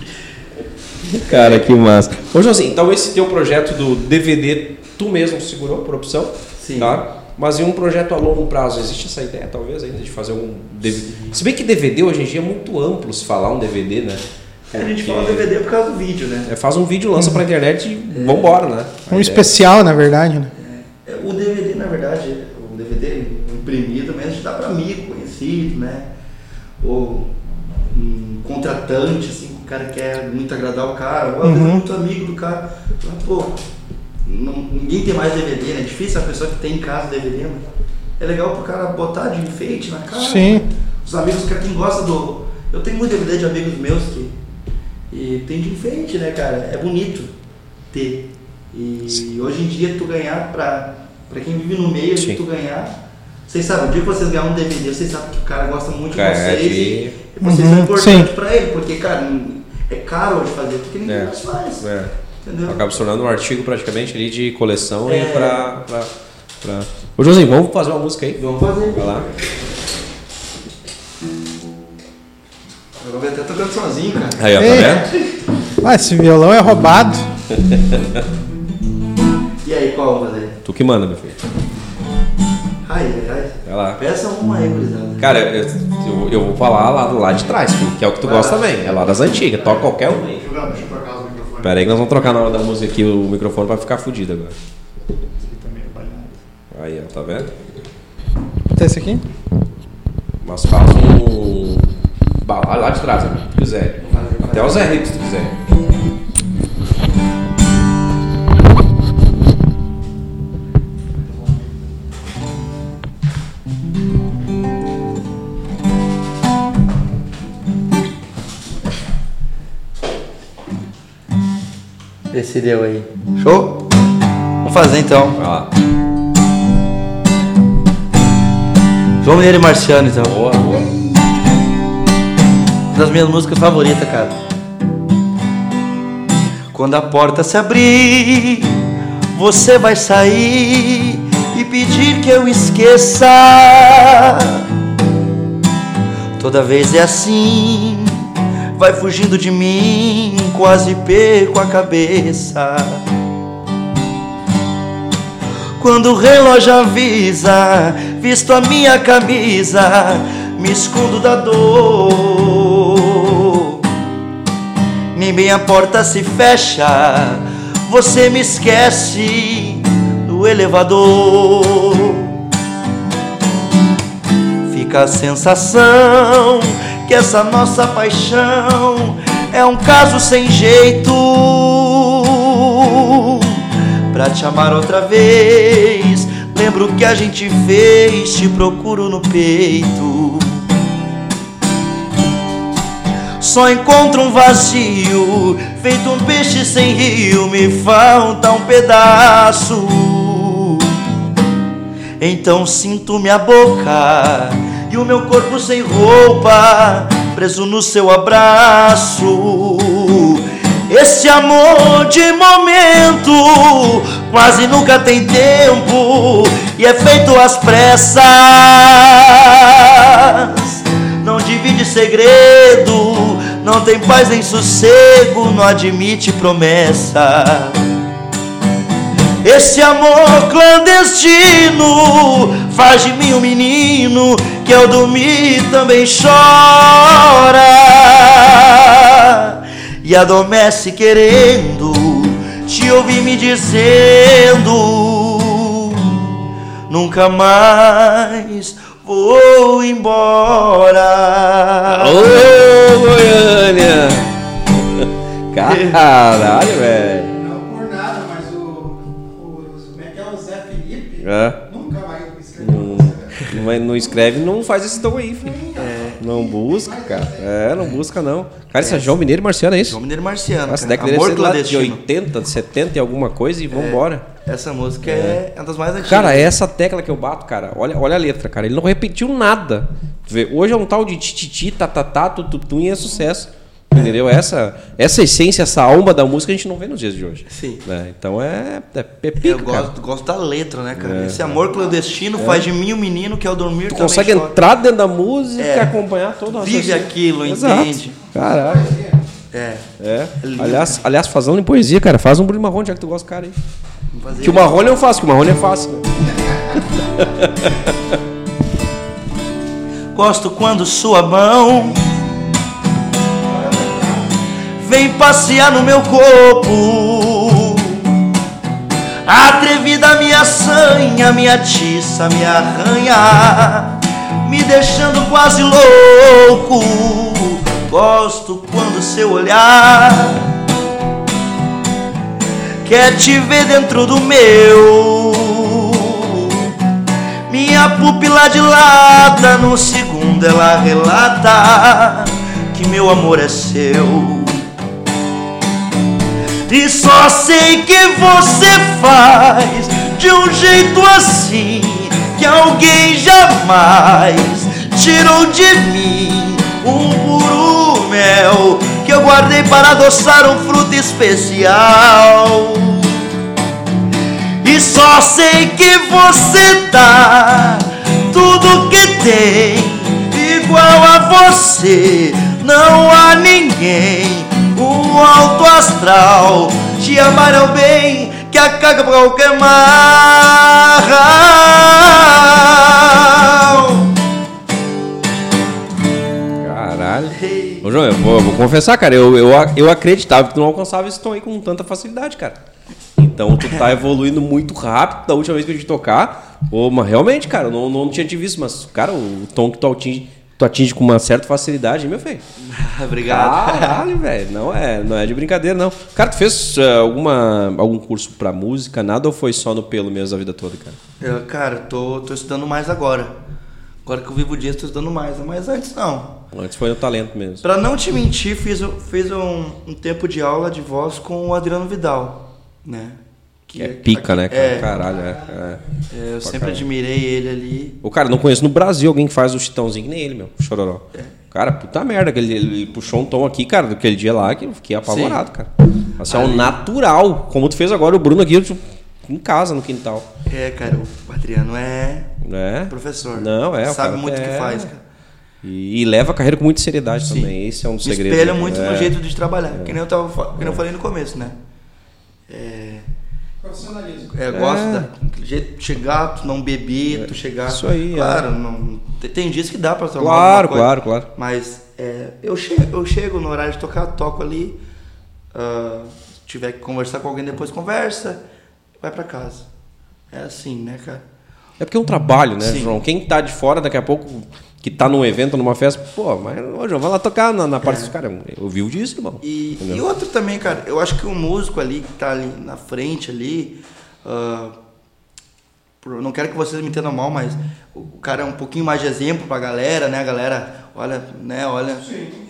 Cara, que massa. Ô, Joãozinho, então esse teu projeto do D V D, tu mesmo segurou por opção? sim. Tá? Mas em um projeto a longo prazo, existe essa ideia, talvez, ainda, de fazer um D V D? Se bem que D V D hoje em dia é muito amplo se falar um D V D, né? A gente fala D V D por causa do vídeo, né? É, faz um vídeo, lança pra internet e vambora, né? A Um ideia. especial, na verdade, né? É, o D V D, na verdade, o D V D imprimido mesmo, a gente dá para amigo, conhecido, né? Ou um contratante, assim, o cara quer muito agradar o cara, ou às vezes é muito amigo do cara. Fala, pô, não, ninguém tem mais D V D, né? É difícil a pessoa que tem em casa D V D, mas é legal pro cara botar de enfeite na casa. Sim. Os amigos, quem gosta do... Eu tenho muito D V D de amigos meus que... E tem de enfeite, né, cara? É bonito ter. E Sim. hoje em dia tu ganhar pra, pra quem vive no meio, Sim. tu ganhar. Vocês sabem, o dia que vocês ganham um D V D, vocês sabem que o cara gosta muito Cara, de vocês de... e, e vocês Uhum, são importantes sim. pra ele, porque, cara, é caro hoje fazer, porque ninguém É. mais faz. É. Entendeu? Acaba se tornando um artigo praticamente ali de coleção É. e pra, pra, pra... Ô, Joãozinho, vamos fazer uma música aí? Vamos fazer. Vai lá. Eu vou até tocando sozinho, cara. Aí, ó, tá Ei. vendo? Ah, esse violão é roubado. E aí, qual vamos fazer? Tu que manda, meu filho. Ai, ai, Vai lá. ai. Peça uma aí, gurizada. Cara, eu, eu, eu vou falar lá, lá de trás, filho, que é o que tu Vai gosta lá. também. É lá das antigas, toca qualquer um aí. Deixa eu, deixa eu trocar os microfones. Pera aí que nós vamos trocar na hora da música aqui o microfone pra ficar fudido agora. Esse aqui tá meio balhado. Aí, ó, tá vendo? Tem esse aqui? Mas faz um... Bah, lá, lá de trás, amigo, se tu quiser. Até o Zé Rico, se tu quiser. Vê se deu aí. Show? Vamos fazer então. Vai lá. João Mineiro e Marciano, então. Boa, boa. Uma das minhas músicas favoritas, cara. Quando a porta se abrir, você vai sair e pedir que eu esqueça. Toda vez é assim, vai fugindo de mim, quase perco a cabeça. Quando o relógio avisa, visto a minha camisa, me escondo da dor. Nem bem a porta se fecha, você me esquece no elevador. Fica a sensação que essa nossa paixão é um caso sem jeito. Pra te amar outra vez, lembro que a gente fez, te procuro no peito. só encontro um vazio, feito um peixe sem rio, me falta um pedaço. Então sinto minha boca e o meu corpo sem roupa, preso no seu abraço. Esse amor de momento quase nunca tem tempo e é feito às pressas. Não divide segredo, não tem paz nem sossego, não admite promessa. Esse amor clandestino faz de mim um menino que ao dormir também chora e adormece querendo te ouvir me dizendo: nunca mais vou embora. Ô, Goiânia! Caralho, velho. É. Nunca vai escrever. Não, não, não escreve, não faz esse tom aí, filho. É. Não busca, cara. É, não busca, não. Cara, isso é João Mineiro e Marciano, é isso? João Mineiro e Marciano. Nossa, década deve ser lá de oitenta, setenta e alguma coisa e vambora. É. Essa música é. é uma das mais antigas. Cara, é essa tecla que eu bato, cara. Olha, olha a letra, cara. Ele não repetiu nada. Tu vê, hoje é um tal de tititi, tatatá, tututum e é sucesso. Entendeu? Essa, essa essência, essa alma da música a gente não vê nos dias de hoje. Sim. Né? Então é, é, é pica, Eu gosto, gosto da letra, né, cara? É. Esse amor clandestino é. faz de mim um menino que ao dormir tu também consegue chora. Entrar dentro da música e é. acompanhar toda a Vive aquilo, Exato. Entende? Caralho. É. é. Aliás, aliás, fazendo em poesia, cara, faz um Bruno Marrone, já que tu gosta do cara aí. Que o isso. Marrone eu faço, que o Marrone é fácil. Né? Gosto quando sua mão vem passear no meu corpo, atrevida minha sanha, me atiça, me arranha, me deixando quase louco. Gosto quando seu olhar quer te ver dentro do meu, minha pupila dilata, no segundo ela relata que meu amor é seu. E só sei que você faz de um jeito assim que alguém jamais tirou de mim um puro mel que eu guardei para adoçar um fruto especial. E só sei que você dá tudo que tem, igual a você não há ninguém. Um alto astral, te amar é o bem que acaba pra qualquer mal. Caralho. Ô, João, eu vou, eu vou confessar, cara, eu, eu, eu acreditava que tu não alcançava esse tom aí com tanta facilidade, cara. Então tu tá evoluindo muito rápido da última vez que a gente tocar. Pô, mas realmente, cara, eu não, não tinha te visto, mas, cara, o tom que tu atinge, tu atinge com uma certa facilidade, meu filho. Obrigado. Caralho, velho. Não é, não é de brincadeira, não. Cara, tu fez uh, alguma, algum curso pra música, nada, ou foi só no pelo mesmo a vida toda, cara? Eu, cara, tô, tô estudando mais agora. Agora que eu vivo o dia, tô estudando mais. Mas antes não. Antes foi no talento mesmo. Pra não te mentir, fiz, fiz um, um tempo de aula de voz com o Adriano Vidal, né? Que é pica, aqui, né, cara? É, Caralho, é. é. é eu sempre caralho. admirei ele ali. O cara, não conheço no Brasil alguém que faz o chitãozinho que nem ele, meu. O Chororó. É. Cara, puta merda. Ele, ele puxou um tom aqui, cara, daquele dia lá que eu fiquei apavorado, Sim. cara. Assim, é um natural. Como tu fez agora o Bruno aqui, tipo, em casa, no quintal. É, cara, o Adriano é, é. professor. Não, é. Sabe muito o é... que faz, cara. E, e leva a carreira com muita seriedade Sim. também. Esse é um dos segredos. Espelha muito é. no jeito de trabalhar. É. Que nem eu, tava, que nem é. eu falei no começo, né? É... Profissionalismo. É, eu gosto é. daquele jeito de chegar, tu não beber, é. tu chegar. Isso aí, Claro, é. não, tem dias que dá pra tomar Claro, claro, claro. Mas é, eu, chego, eu chego no horário de tocar, toco ali. Uh, se tiver que conversar com alguém depois, conversa, vai pra casa. É assim, né, cara? É porque é um trabalho, né, Sim. João? Quem tá de fora, daqui a pouco, que tá num evento, numa festa, pô, mas, ô, João, vai lá tocar na, na parte é. dos caras. Eu vivo disso, irmão. E, e outro também, cara, eu acho que o músico ali, que tá ali na frente ali, uh, não quero que vocês me entendam mal, mas o cara é um pouquinho mais de exemplo pra galera, né, a galera, olha, né, olha, Sim.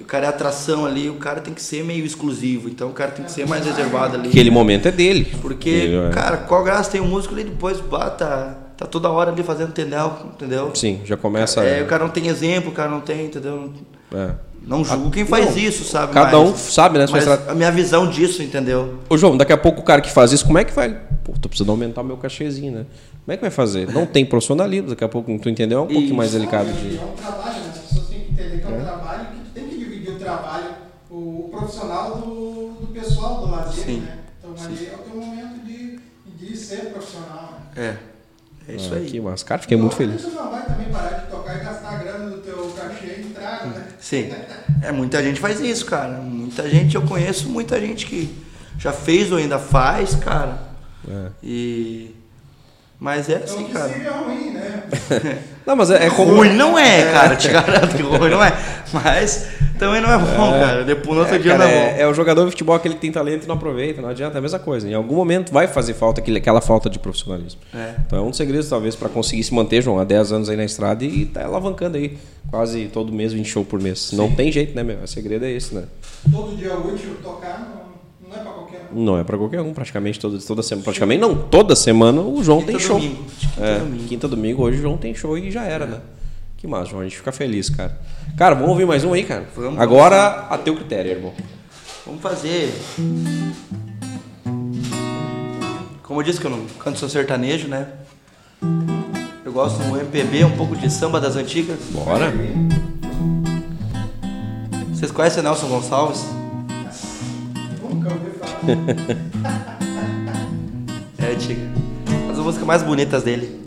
cara é atração ali, o cara tem que ser meio exclusivo, então o cara tem que ser mais reservado ali. Aquele momento é dele. Porque, Ele, cara, qual graça tem um músico ali depois, bah, tá, tá toda hora ali fazendo tendel, entendeu? Sim, já começa... É, o cara não tem exemplo, o cara não tem, entendeu? É. Não julgo quem faz não, isso, sabe? Cada mas, um sabe, né? Sua mas estra... a minha visão disso, entendeu? Ô, João, daqui a pouco o cara que faz isso, como é que vai... Pô, tô precisando aumentar meu cachezinho, né? Como é que vai fazer? Não tem profissionalismo, daqui a pouco, tu entendeu? É um pouquinho mais delicado. De... É um trabalho, né? As pessoas têm que entender que é um é. trabalho, que tu tem que dividir o trabalho, o profissional do, do pessoal, do lazer, Sim. né? Então Sim. ali é o teu momento de, de ser profissional, né? É, é isso ah, aí. Que massa, cara, fiquei então, muito feliz. Você não vai também parar de tocar e gastar a grana do teu cachê e trago, né? Sim, é, muita gente faz isso, cara. Muita gente, eu conheço muita gente que já fez ou ainda faz, cara. É. E... Mas é assim, então, que cara. seria ruim, né? Não, mas é, é como... Ruim não é, cara. Te garanto que ruim não é. Mas também não é bom, é. cara. Depois no outro é, dia cara, não é bom. É, é o jogador de futebol, aquele que tem talento e não aproveita. Não adianta, é a mesma coisa. Em algum momento vai fazer falta aquele, aquela falta de profissionalismo. É. Então é um dos segredos, talvez, para conseguir se manter, João, há dez anos aí na estrada e tá alavancando aí. Quase todo mês, vinte show por mês. Sim. Não tem jeito, né, meu? O segredo é esse, né? Todo dia útil tocar não... Não é pra qualquer um. Não é pra qualquer um, praticamente toda, toda semana. Praticamente não, toda semana o João quinta tem show. Domingo. Quinta, é, domingo. quinta domingo, hoje o João tem show e já era, é. né? Que massa, João, a gente fica feliz, cara. Cara, vamos ouvir mais um aí, cara? Vamos, Agora, vamos. a teu critério, irmão. Vamos fazer. Como eu disse que eu não canto só sertanejo, né? Eu gosto do M P B, um pouco de samba das antigas. Bora. Vocês conhecem Nelson Gonçalves? É antiga. As músicas mais bonitas dele.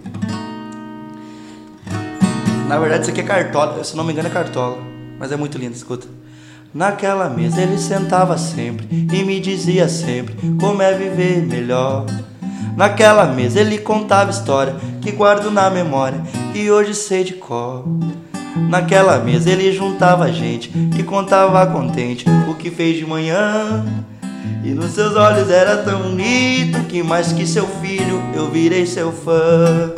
Na verdade isso aqui é Cartola. Se não me engano é Cartola. Mas é muito lindo, escuta. Naquela mesa ele sentava sempre e me dizia sempre como é viver melhor. Naquela mesa ele contava história que guardo na memória e hoje sei de cor. Naquela mesa ele juntava gente e contava contente o que fez de manhã. E nos seus olhos era tão bonito que mais que seu filho eu virei seu fã.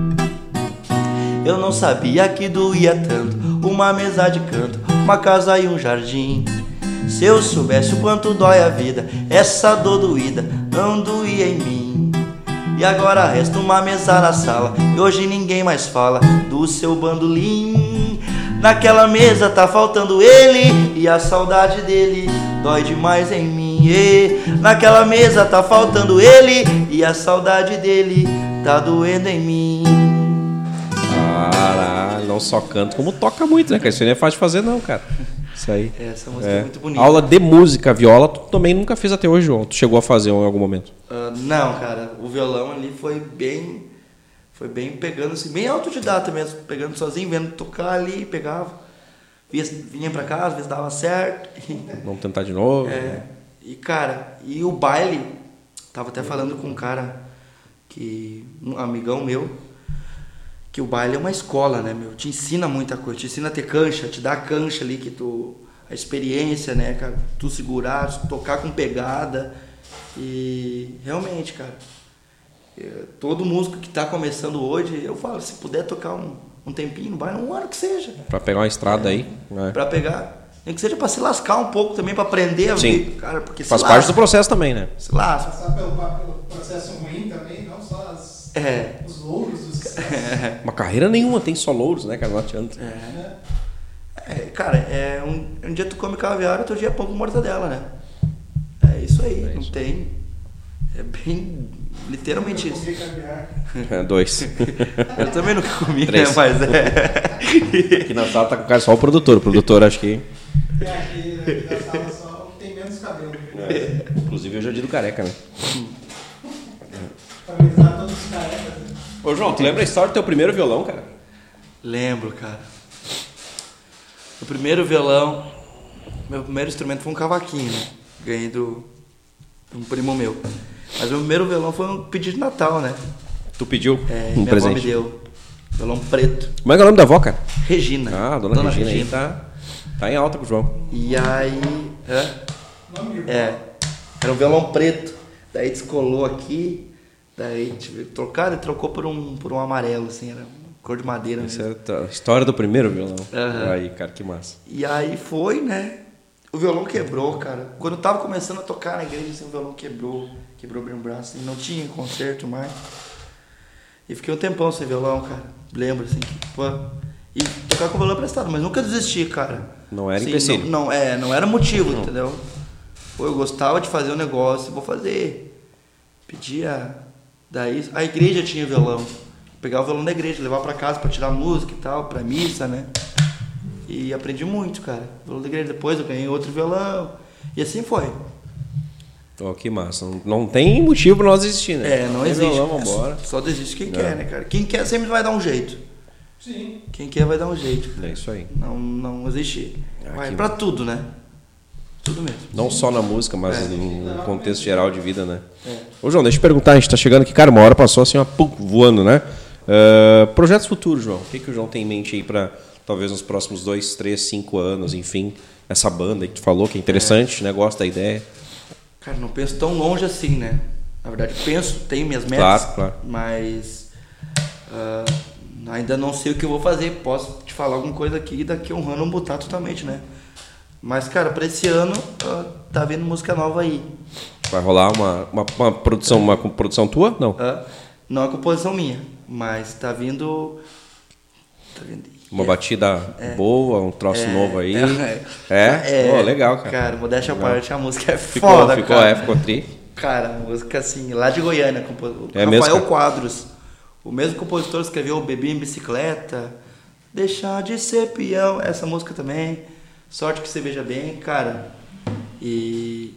Eu não sabia que doía tanto uma mesa de canto, uma casa e um jardim. Se eu soubesse o quanto dói a vida, essa dor doída não doía em mim. E agora resta uma mesa na sala e hoje ninguém mais fala do seu bandolim. Naquela mesa tá faltando ele e a saudade dele dói demais em mim. E naquela mesa tá faltando ele e a saudade dele tá doendo em mim. Caralho, não só canta como toca muito, né, cara? Isso aí não é fácil de fazer não, cara. Isso aí. Essa música é. é muito bonita. Aula de música, viola, tu também nunca fez até hoje, João? Tu chegou a fazer em algum momento? Uh, não, cara. O violão ali foi bem... Foi bem pegando assim, bem autodidata mesmo. Pegando sozinho, vendo tocar ali, pegava. Vinha pra cá, às vezes dava certo. Vamos tentar de novo. É. E, cara, e o baile... Tava até falando com um cara, que um amigão meu, que o baile é uma escola, né, meu? Te ensina muita coisa, te ensina a ter cancha, te dá a cancha ali, que tu... A experiência, né, cara? Tu segurar, tu tocar com pegada. E realmente, cara, todo músico que tá começando hoje, eu falo, se puder tocar um, um tempinho no baile, um ano que seja. Pra pegar uma estrada é, aí. É. Pra pegar... Nem que seja pra se lascar um pouco também, pra aprender a Sim. ver, cara, porque faz se parte lasca, do processo também, né? Se lasca. Passar pelo, pelo processo ruim também, não só as, é. os louros do sucesso. É. Uma carreira nenhuma tem só louros, né, cara? Não adianta. É. É, cara, é um, um dia tu come caviar, outro dia é pão com mortadela, né? É isso aí, é isso. Não tem... É bem... Literalmente isso. É, dois. Eu também nunca comi, né? Mas é... Aqui na sala tá com o cara só o produtor. O produtor acho que... É, aqui, aqui na sala só tem menos cabelo. É. Inclusive hoje é dia do careca, né? Pra avisar todos os carecas. Né? Ô, João, tu lembra a história do teu primeiro violão, cara? Lembro, cara. O primeiro violão... Meu primeiro instrumento foi um cavaquinho, né? Ganhei do... um primo meu. Mas o meu primeiro violão foi um pedido de Natal, né? Tu pediu é, um minha presente? Minha avó me deu. Violão preto. Como é que é o nome da avó, cara? Regina. Ah, dona, dona Regina, Regina. Aí tá, tá em alta com o João. E aí... É, é, era um violão preto. Daí descolou aqui. Daí tive que trocar, ele trocou por um, por um amarelo, assim. Era cor de madeira Essa mesmo. é a história do primeiro violão. Aham. Aí, cara, que massa. E aí foi, né? O violão quebrou, cara. Quando eu tava começando a tocar na igreja, assim, o violão quebrou. Quebrou bem o braço, assim, não tinha concerto mais. E fiquei um tempão sem violão, cara. Lembro, assim, que, pô... E tocar com o violão emprestado, mas nunca desisti, cara. Não era Assim, empecilho. não, não, é, não era motivo, Não. entendeu? Pô, eu gostava de fazer um negócio, vou fazer. Pedia... Daí, a igreja tinha violão. Pegar o violão da igreja, levar pra casa pra tirar música e tal, pra missa, né? E aprendi muito, cara. Violão da igreja. Depois eu ganhei outro violão. E assim foi. Ó, que massa. Não, não tem motivo pra nós existir, né? É, não Tem existe. Violão, vambora. Só desiste quem É. quer, né, cara? Quem quer sempre vai dar um jeito. Sim. Quem quer vai dar um jeito. É isso aí. Não, não existe. Ah, Vai que pra massa. tudo, né? Tudo mesmo. Não só na música, mas É. no contexto geral de vida, né? É. Ô, João, deixa eu te perguntar. A gente tá chegando aqui, cara, uma hora passou assim, ó, pum, voando, né? Uh, projetos futuros, João. O que, que o João tem em mente aí pra talvez nos próximos dois, três, cinco anos, enfim, essa banda aí que tu falou, que é interessante, né? Gosta da ideia. Cara, não penso tão longe assim, né? Na verdade, penso, tenho minhas metas, Claro, claro. mas ah, ainda não sei o que eu vou fazer. Posso te falar alguma coisa aqui e daqui a um ano eu botar totalmente, né? Mas, cara, pra esse ano ah, tá vindo música nova aí. Vai rolar uma, uma, uma produção, uma produção tua? Não. Ah, não é composição minha, mas tá vindo. Tá vindo. Uma é, batida é, boa, um troço é, novo aí. É, É? Pô, legal, cara. Cara, modéstia à Legal. parte, a música é Ficou, foda, ficou, cara. é, ficou tri. Cara, música assim, lá de Goiânia, compo... É Rafael mesmo, cara? Quadros. O mesmo compositor escreveu Bebi em Bicicleta, Deixar de Ser Peão, essa música também. Sorte que você veja bem, cara. E.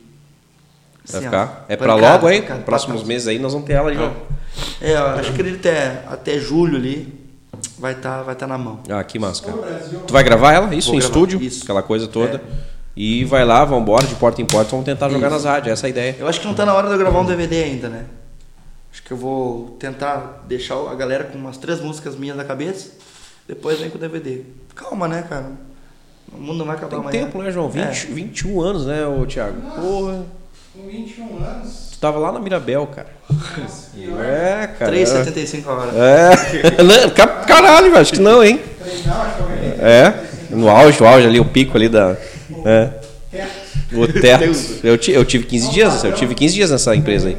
Vai assim, ficar. ó, É pra pancada, logo aí? pancada, Próximos pancada. meses aí nós vamos ter ela já. É, eu acho que ele até, até julho ali vai estar vai tá na mão. Ah, que massa, cara. Ô, Brasil. Tu vai gravar ela? Isso, Vou em gravar, estúdio? isso. Aquela coisa toda. É. E vai lá, vamos embora, de porta em porta, vamos tentar jogar Isso. nas rádios. Essa é a ideia. Eu acho que não tá na hora de eu gravar um D V D ainda, né? Acho que eu vou tentar deixar a galera com umas três músicas minhas na cabeça, depois vem com o D V D. Calma, né, cara? O mundo não vai acabar Tem amanhã. tempo, né, João? vinte, É. vinte e um anos, né, ô Thiago? Porra. Com vinte e um anos. Tu tava lá na Mirabel, cara. Nossa, pior. É, cara. três reais e setenta e cinco a hora. É. Não, ca- Caralho, velho, acho que não, hein? Não, acho que eu ganhei. É. No auge, o auge ali, o pico ali da. É. Quieto. O teto. Eu, ti- eu tive quinze dias, eu tive quinze dias nessa empresa aí.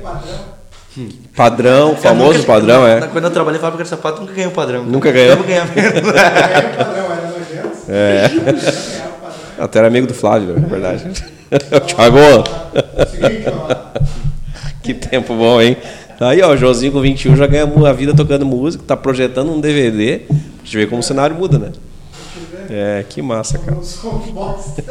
Padrão, famoso Nunca- padrão, na- é. Quando eu trabalhei em fábrica de sapato, nunca ganhei o padrão. Nunca ganhou? Nunca ganhei menos. Ganhei o padrão, era nojento. É. Ganhava o padrão. Até era amigo do Flávio, na verdade. O Thiago, Seguinte, ó. que tempo bom, hein? Aí, ó, o Joãozinho com vinte e um já ganha a vida tocando música, tá projetando um D V D. Pra gente ver como o cenário muda, né? É, que massa, cara. Eu sou um bosta.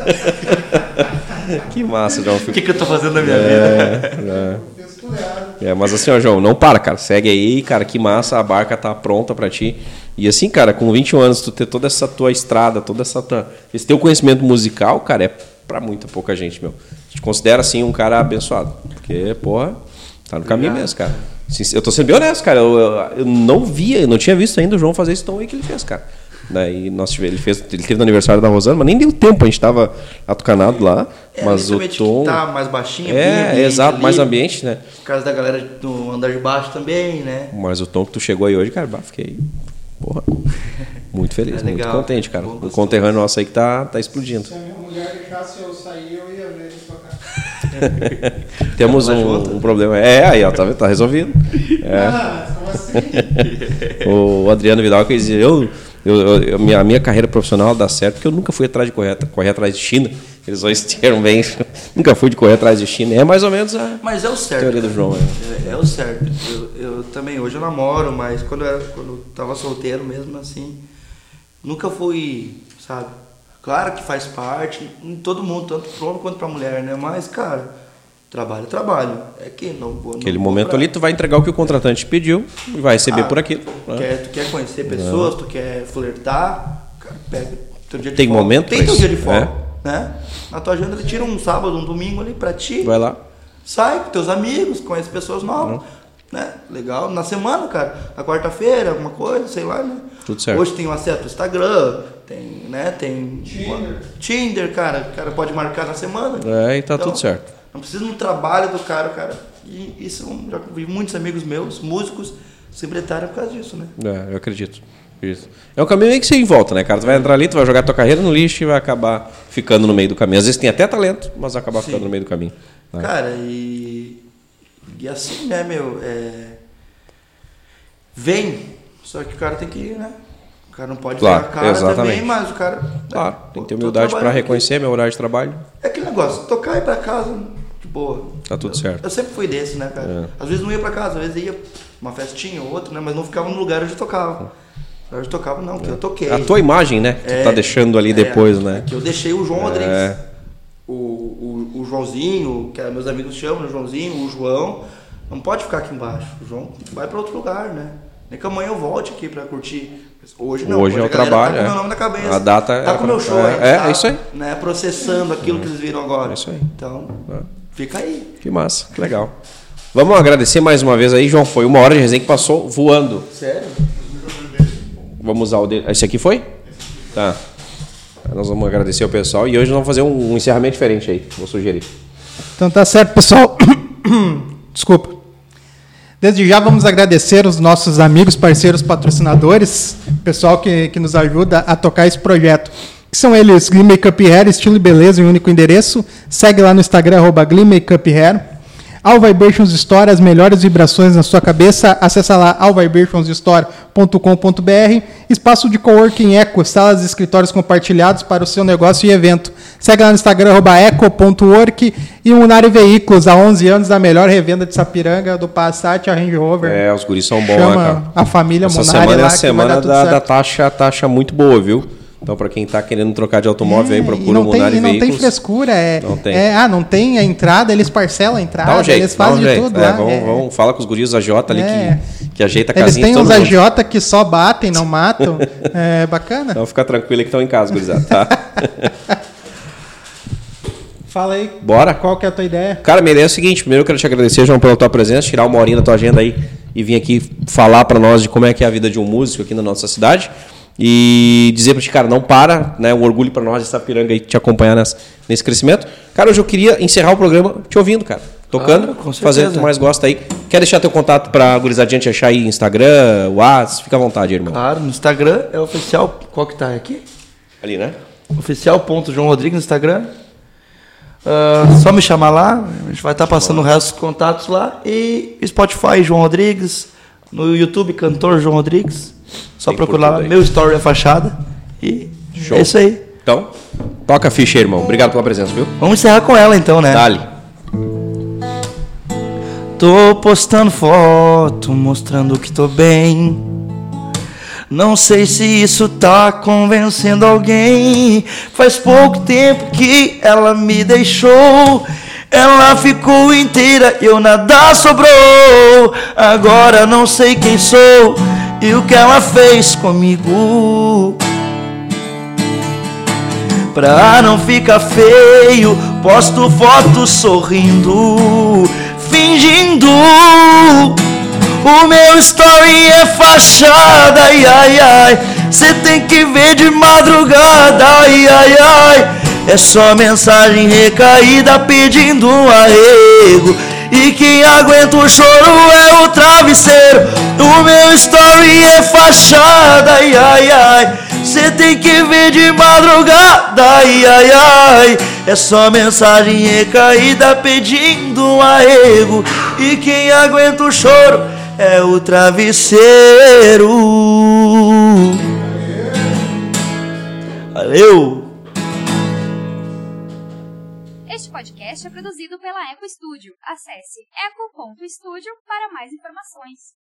Que massa, João. O que, que eu tô fazendo na minha vida? É, Eu fiz tudo errado. é. É, mas assim, ó, João, não para, cara. Segue aí, cara, que massa, a barca tá pronta pra ti. E assim, cara, com vinte e um anos, tu ter toda essa tua estrada, toda essa tua, esse teu conhecimento musical, cara, é pra muita pouca gente, meu. Te considera, assim, um cara abençoado. Porque, porra, tá no caminho Obrigado. mesmo, cara. Sin- Eu tô sendo bem honesto, cara. Eu, eu, eu não via, eu não tinha visto ainda o João fazer esse tom aí que ele fez, cara. Daí nós tivemos, ele fez, ele teve no aniversário da Rosana, mas nem deu tempo, a gente tava atucanado lá. É, mas o principalmente tom. que tá mais baixinho. É, bem ambiente exato, ali, mais ambiente, né? Por causa da galera do andar de baixo também, né? Mas o tom que tu chegou aí hoje, cara, bah, fiquei. Porra. Muito feliz, É muito legal. contente, cara. Bom, O gostoso. conterrâneo nosso aí que tá, tá explodindo. Se a minha mulher deixasse eu sair, eu ia ver ele tocar. Temos Vai um, junto? um problema. É, aí, ó, tá, vendo? Tá resolvido. É. Ah, mas como assim? O Adriano Vidal que dizia, eu, eu, eu- minha, a minha carreira profissional dá certo porque eu nunca fui atrás de correr, correr atrás de China. Eles dois termos bem. Nunca fui de correr atrás de China. É mais ou menos a Mas é o certo. teoria do João. É. É, é o certo. Eu, eu também, hoje eu namoro, mas quando eu, era, quando eu tava solteiro mesmo, assim, nunca fui, sabe? Claro que faz parte, em todo mundo, tanto pro homem quanto pra mulher, né? Mas, cara, trabalho é trabalho. É que não vou. não Aquele vou momento pra- ali, tu vai entregar o que o contratante pediu e vai receber Ah, por aquilo. Tu né? quer, tu quer conhecer pessoas, tu quer flertar, cara, pega teu dia de Tem folga. momento Tem pra teu isso, dia de folga, é. né? Na tua agenda ele tira um sábado, um domingo ali pra ti. Vai lá. Sai com teus amigos, conhece pessoas novas, né? Legal. Na semana, cara, na quarta-feira, alguma coisa, sei lá, né? Tudo certo. Hoje tem o acesso ao Instagram, tem, né? Tem Tinder. Tinder, cara, o cara pode marcar na semana. É, e tá Então, tudo certo. Não precisa no trabalho do cara, cara. E isso, já vi muitos amigos meus, músicos, se empreitaram por causa disso, né? É, eu acredito. Isso. É um caminho meio que sem volta, né, cara? Tu vai entrar ali, tu vai jogar tua carreira no lixo e vai acabar ficando no meio do caminho. Às vezes tem até talento, mas vai acabar Sim. ficando no meio do caminho. Né? Cara, e... E assim, né, meu? É... Vem, só que o cara tem que ir, né? O cara não pode claro, ver a cara exatamente. também, mas o cara... Claro, tem que ter humildade para reconhecer aqui. Meu horário de trabalho. É aquele negócio, tocar e ir pra casa, de boa. Tá tudo eu, certo. Eu sempre fui desse, né, cara? É. Às vezes não ia pra casa, às vezes ia uma festinha ou outra, né? Mas não ficava no lugar onde eu tocava. Eu tocava não, que é. eu toquei. A tua imagem, né? Que é, tu tá deixando ali é, depois, né? Que eu deixei o João Rodrigues. É. O, o, o Joãozinho, que meus amigos chamam, o Joãozinho, o João, não pode ficar aqui embaixo. O João vai pra outro lugar, né? Nem que amanhã eu volte aqui pra curtir. Hoje não. Hoje, hoje é o trabalho. Tá com o é. meu nome na cabeça. A data tá é. com o meu show é, aí. É, tá, é isso aí. Né, processando aquilo é. que eles viram agora. É isso aí. Então, é. fica aí. Que massa, que legal. Vamos agradecer mais uma vez aí, João. Foi uma hora de resenha que passou voando. Sério? Vamos usar o dele. Esse aqui foi? Tá. Nós vamos agradecer o pessoal e hoje nós vamos fazer um, um encerramento diferente aí. Vou sugerir. Então tá certo, pessoal. Desculpa. Desde já vamos agradecer os nossos amigos, parceiros, patrocinadores, pessoal que, que nos ajuda a tocar esse projeto. Que são eles, Glee Makeup Hair, estilo e beleza em um único endereço. Segue lá no Instagram, arroba Glee Makeup Hair. All Vibrations Store, as melhores vibrações na sua cabeça. Acesse lá all vibrations store ponto com ponto b r. Espaço de coworking Eco, salas e escritórios compartilhados para o seu negócio e evento. Segue lá no Instagram, arroba eco ponto work. E Unari Veículos, há onze anos, a melhor revenda de Sapiranga, do Passat a Range Rover. É, os guris são bons, Chama né, cara? a família Essa Munari semana lá, é a semana da, da taxa, taxa muito boa, viu? Então, para quem está querendo trocar de automóvel, é, aí procura o Munari tem, Veículos. Não tem frescura. É, não tem. É, ah, não tem a entrada, eles parcelam a entrada, dá um jeito, eles fazem um de jeito. tudo é, lá. Vamos, é. vamos, fala com os guris da Jota ali é. que, que ajeita a eles casinha. Eles têm uns mundo. agiota que só batem, não matam. É bacana. Então fica tranquilo aí que estão em casa, gurizada, tá? Fala aí. Bora? Qual que é a tua ideia? Cara, minha ideia é o seguinte. Primeiro eu quero te agradecer, João, pela tua presença, tirar uma horinha da tua agenda aí e vir aqui falar para nós de como é que é a vida de um músico aqui na nossa cidade. E dizer pra ti, cara, não para, né? Um orgulho pra nós de Sapiranga aí te acompanhar nessa, nesse crescimento. Cara, hoje eu queria encerrar o programa te ouvindo, cara. Tocando, ah, fazendo o que tu mais gosta aí. Quer deixar teu contato pra gurizadinha te achar aí Instagram, WhatsApp? Fica à vontade, irmão. Claro, no Instagram é oficial. Qual que tá aqui? Ali, né? Oficial ponto João Rodrigues no Instagram. Uh, só me chamar lá, a gente vai estar tá passando o resto dos contatos lá. E Spotify, João Rodrigues. No YouTube, cantor João Rodrigues. Só procurar lá, meu story é fachada. E show. É isso aí. Então, toca a ficha, irmão. Obrigado pela presença, viu? Vamos encerrar com ela então, né? Dale. Tô postando foto, mostrando que tô bem. Não sei se isso tá convencendo alguém. Faz pouco tempo que ela me deixou. Ela ficou inteira e eu nada sobrou. Agora não sei quem sou e o que ela fez comigo. Pra não ficar feio, posto fotos sorrindo, fingindo. O meu story é fachada, ai ai ai. Cê tem que ver de madrugada, ai ai ai. É só mensagem recaída pedindo um arrego. E quem aguenta o choro é o travesseiro. O meu story é fachada, ai ai ai. Cê tem que ver de madrugada, ai ai ai. É só mensagem recaída pedindo um arrego. E quem aguenta o choro é o travesseiro. Valeu! Este podcast é produzido pela Eco Studio. Acesse eco ponto studio para mais informações.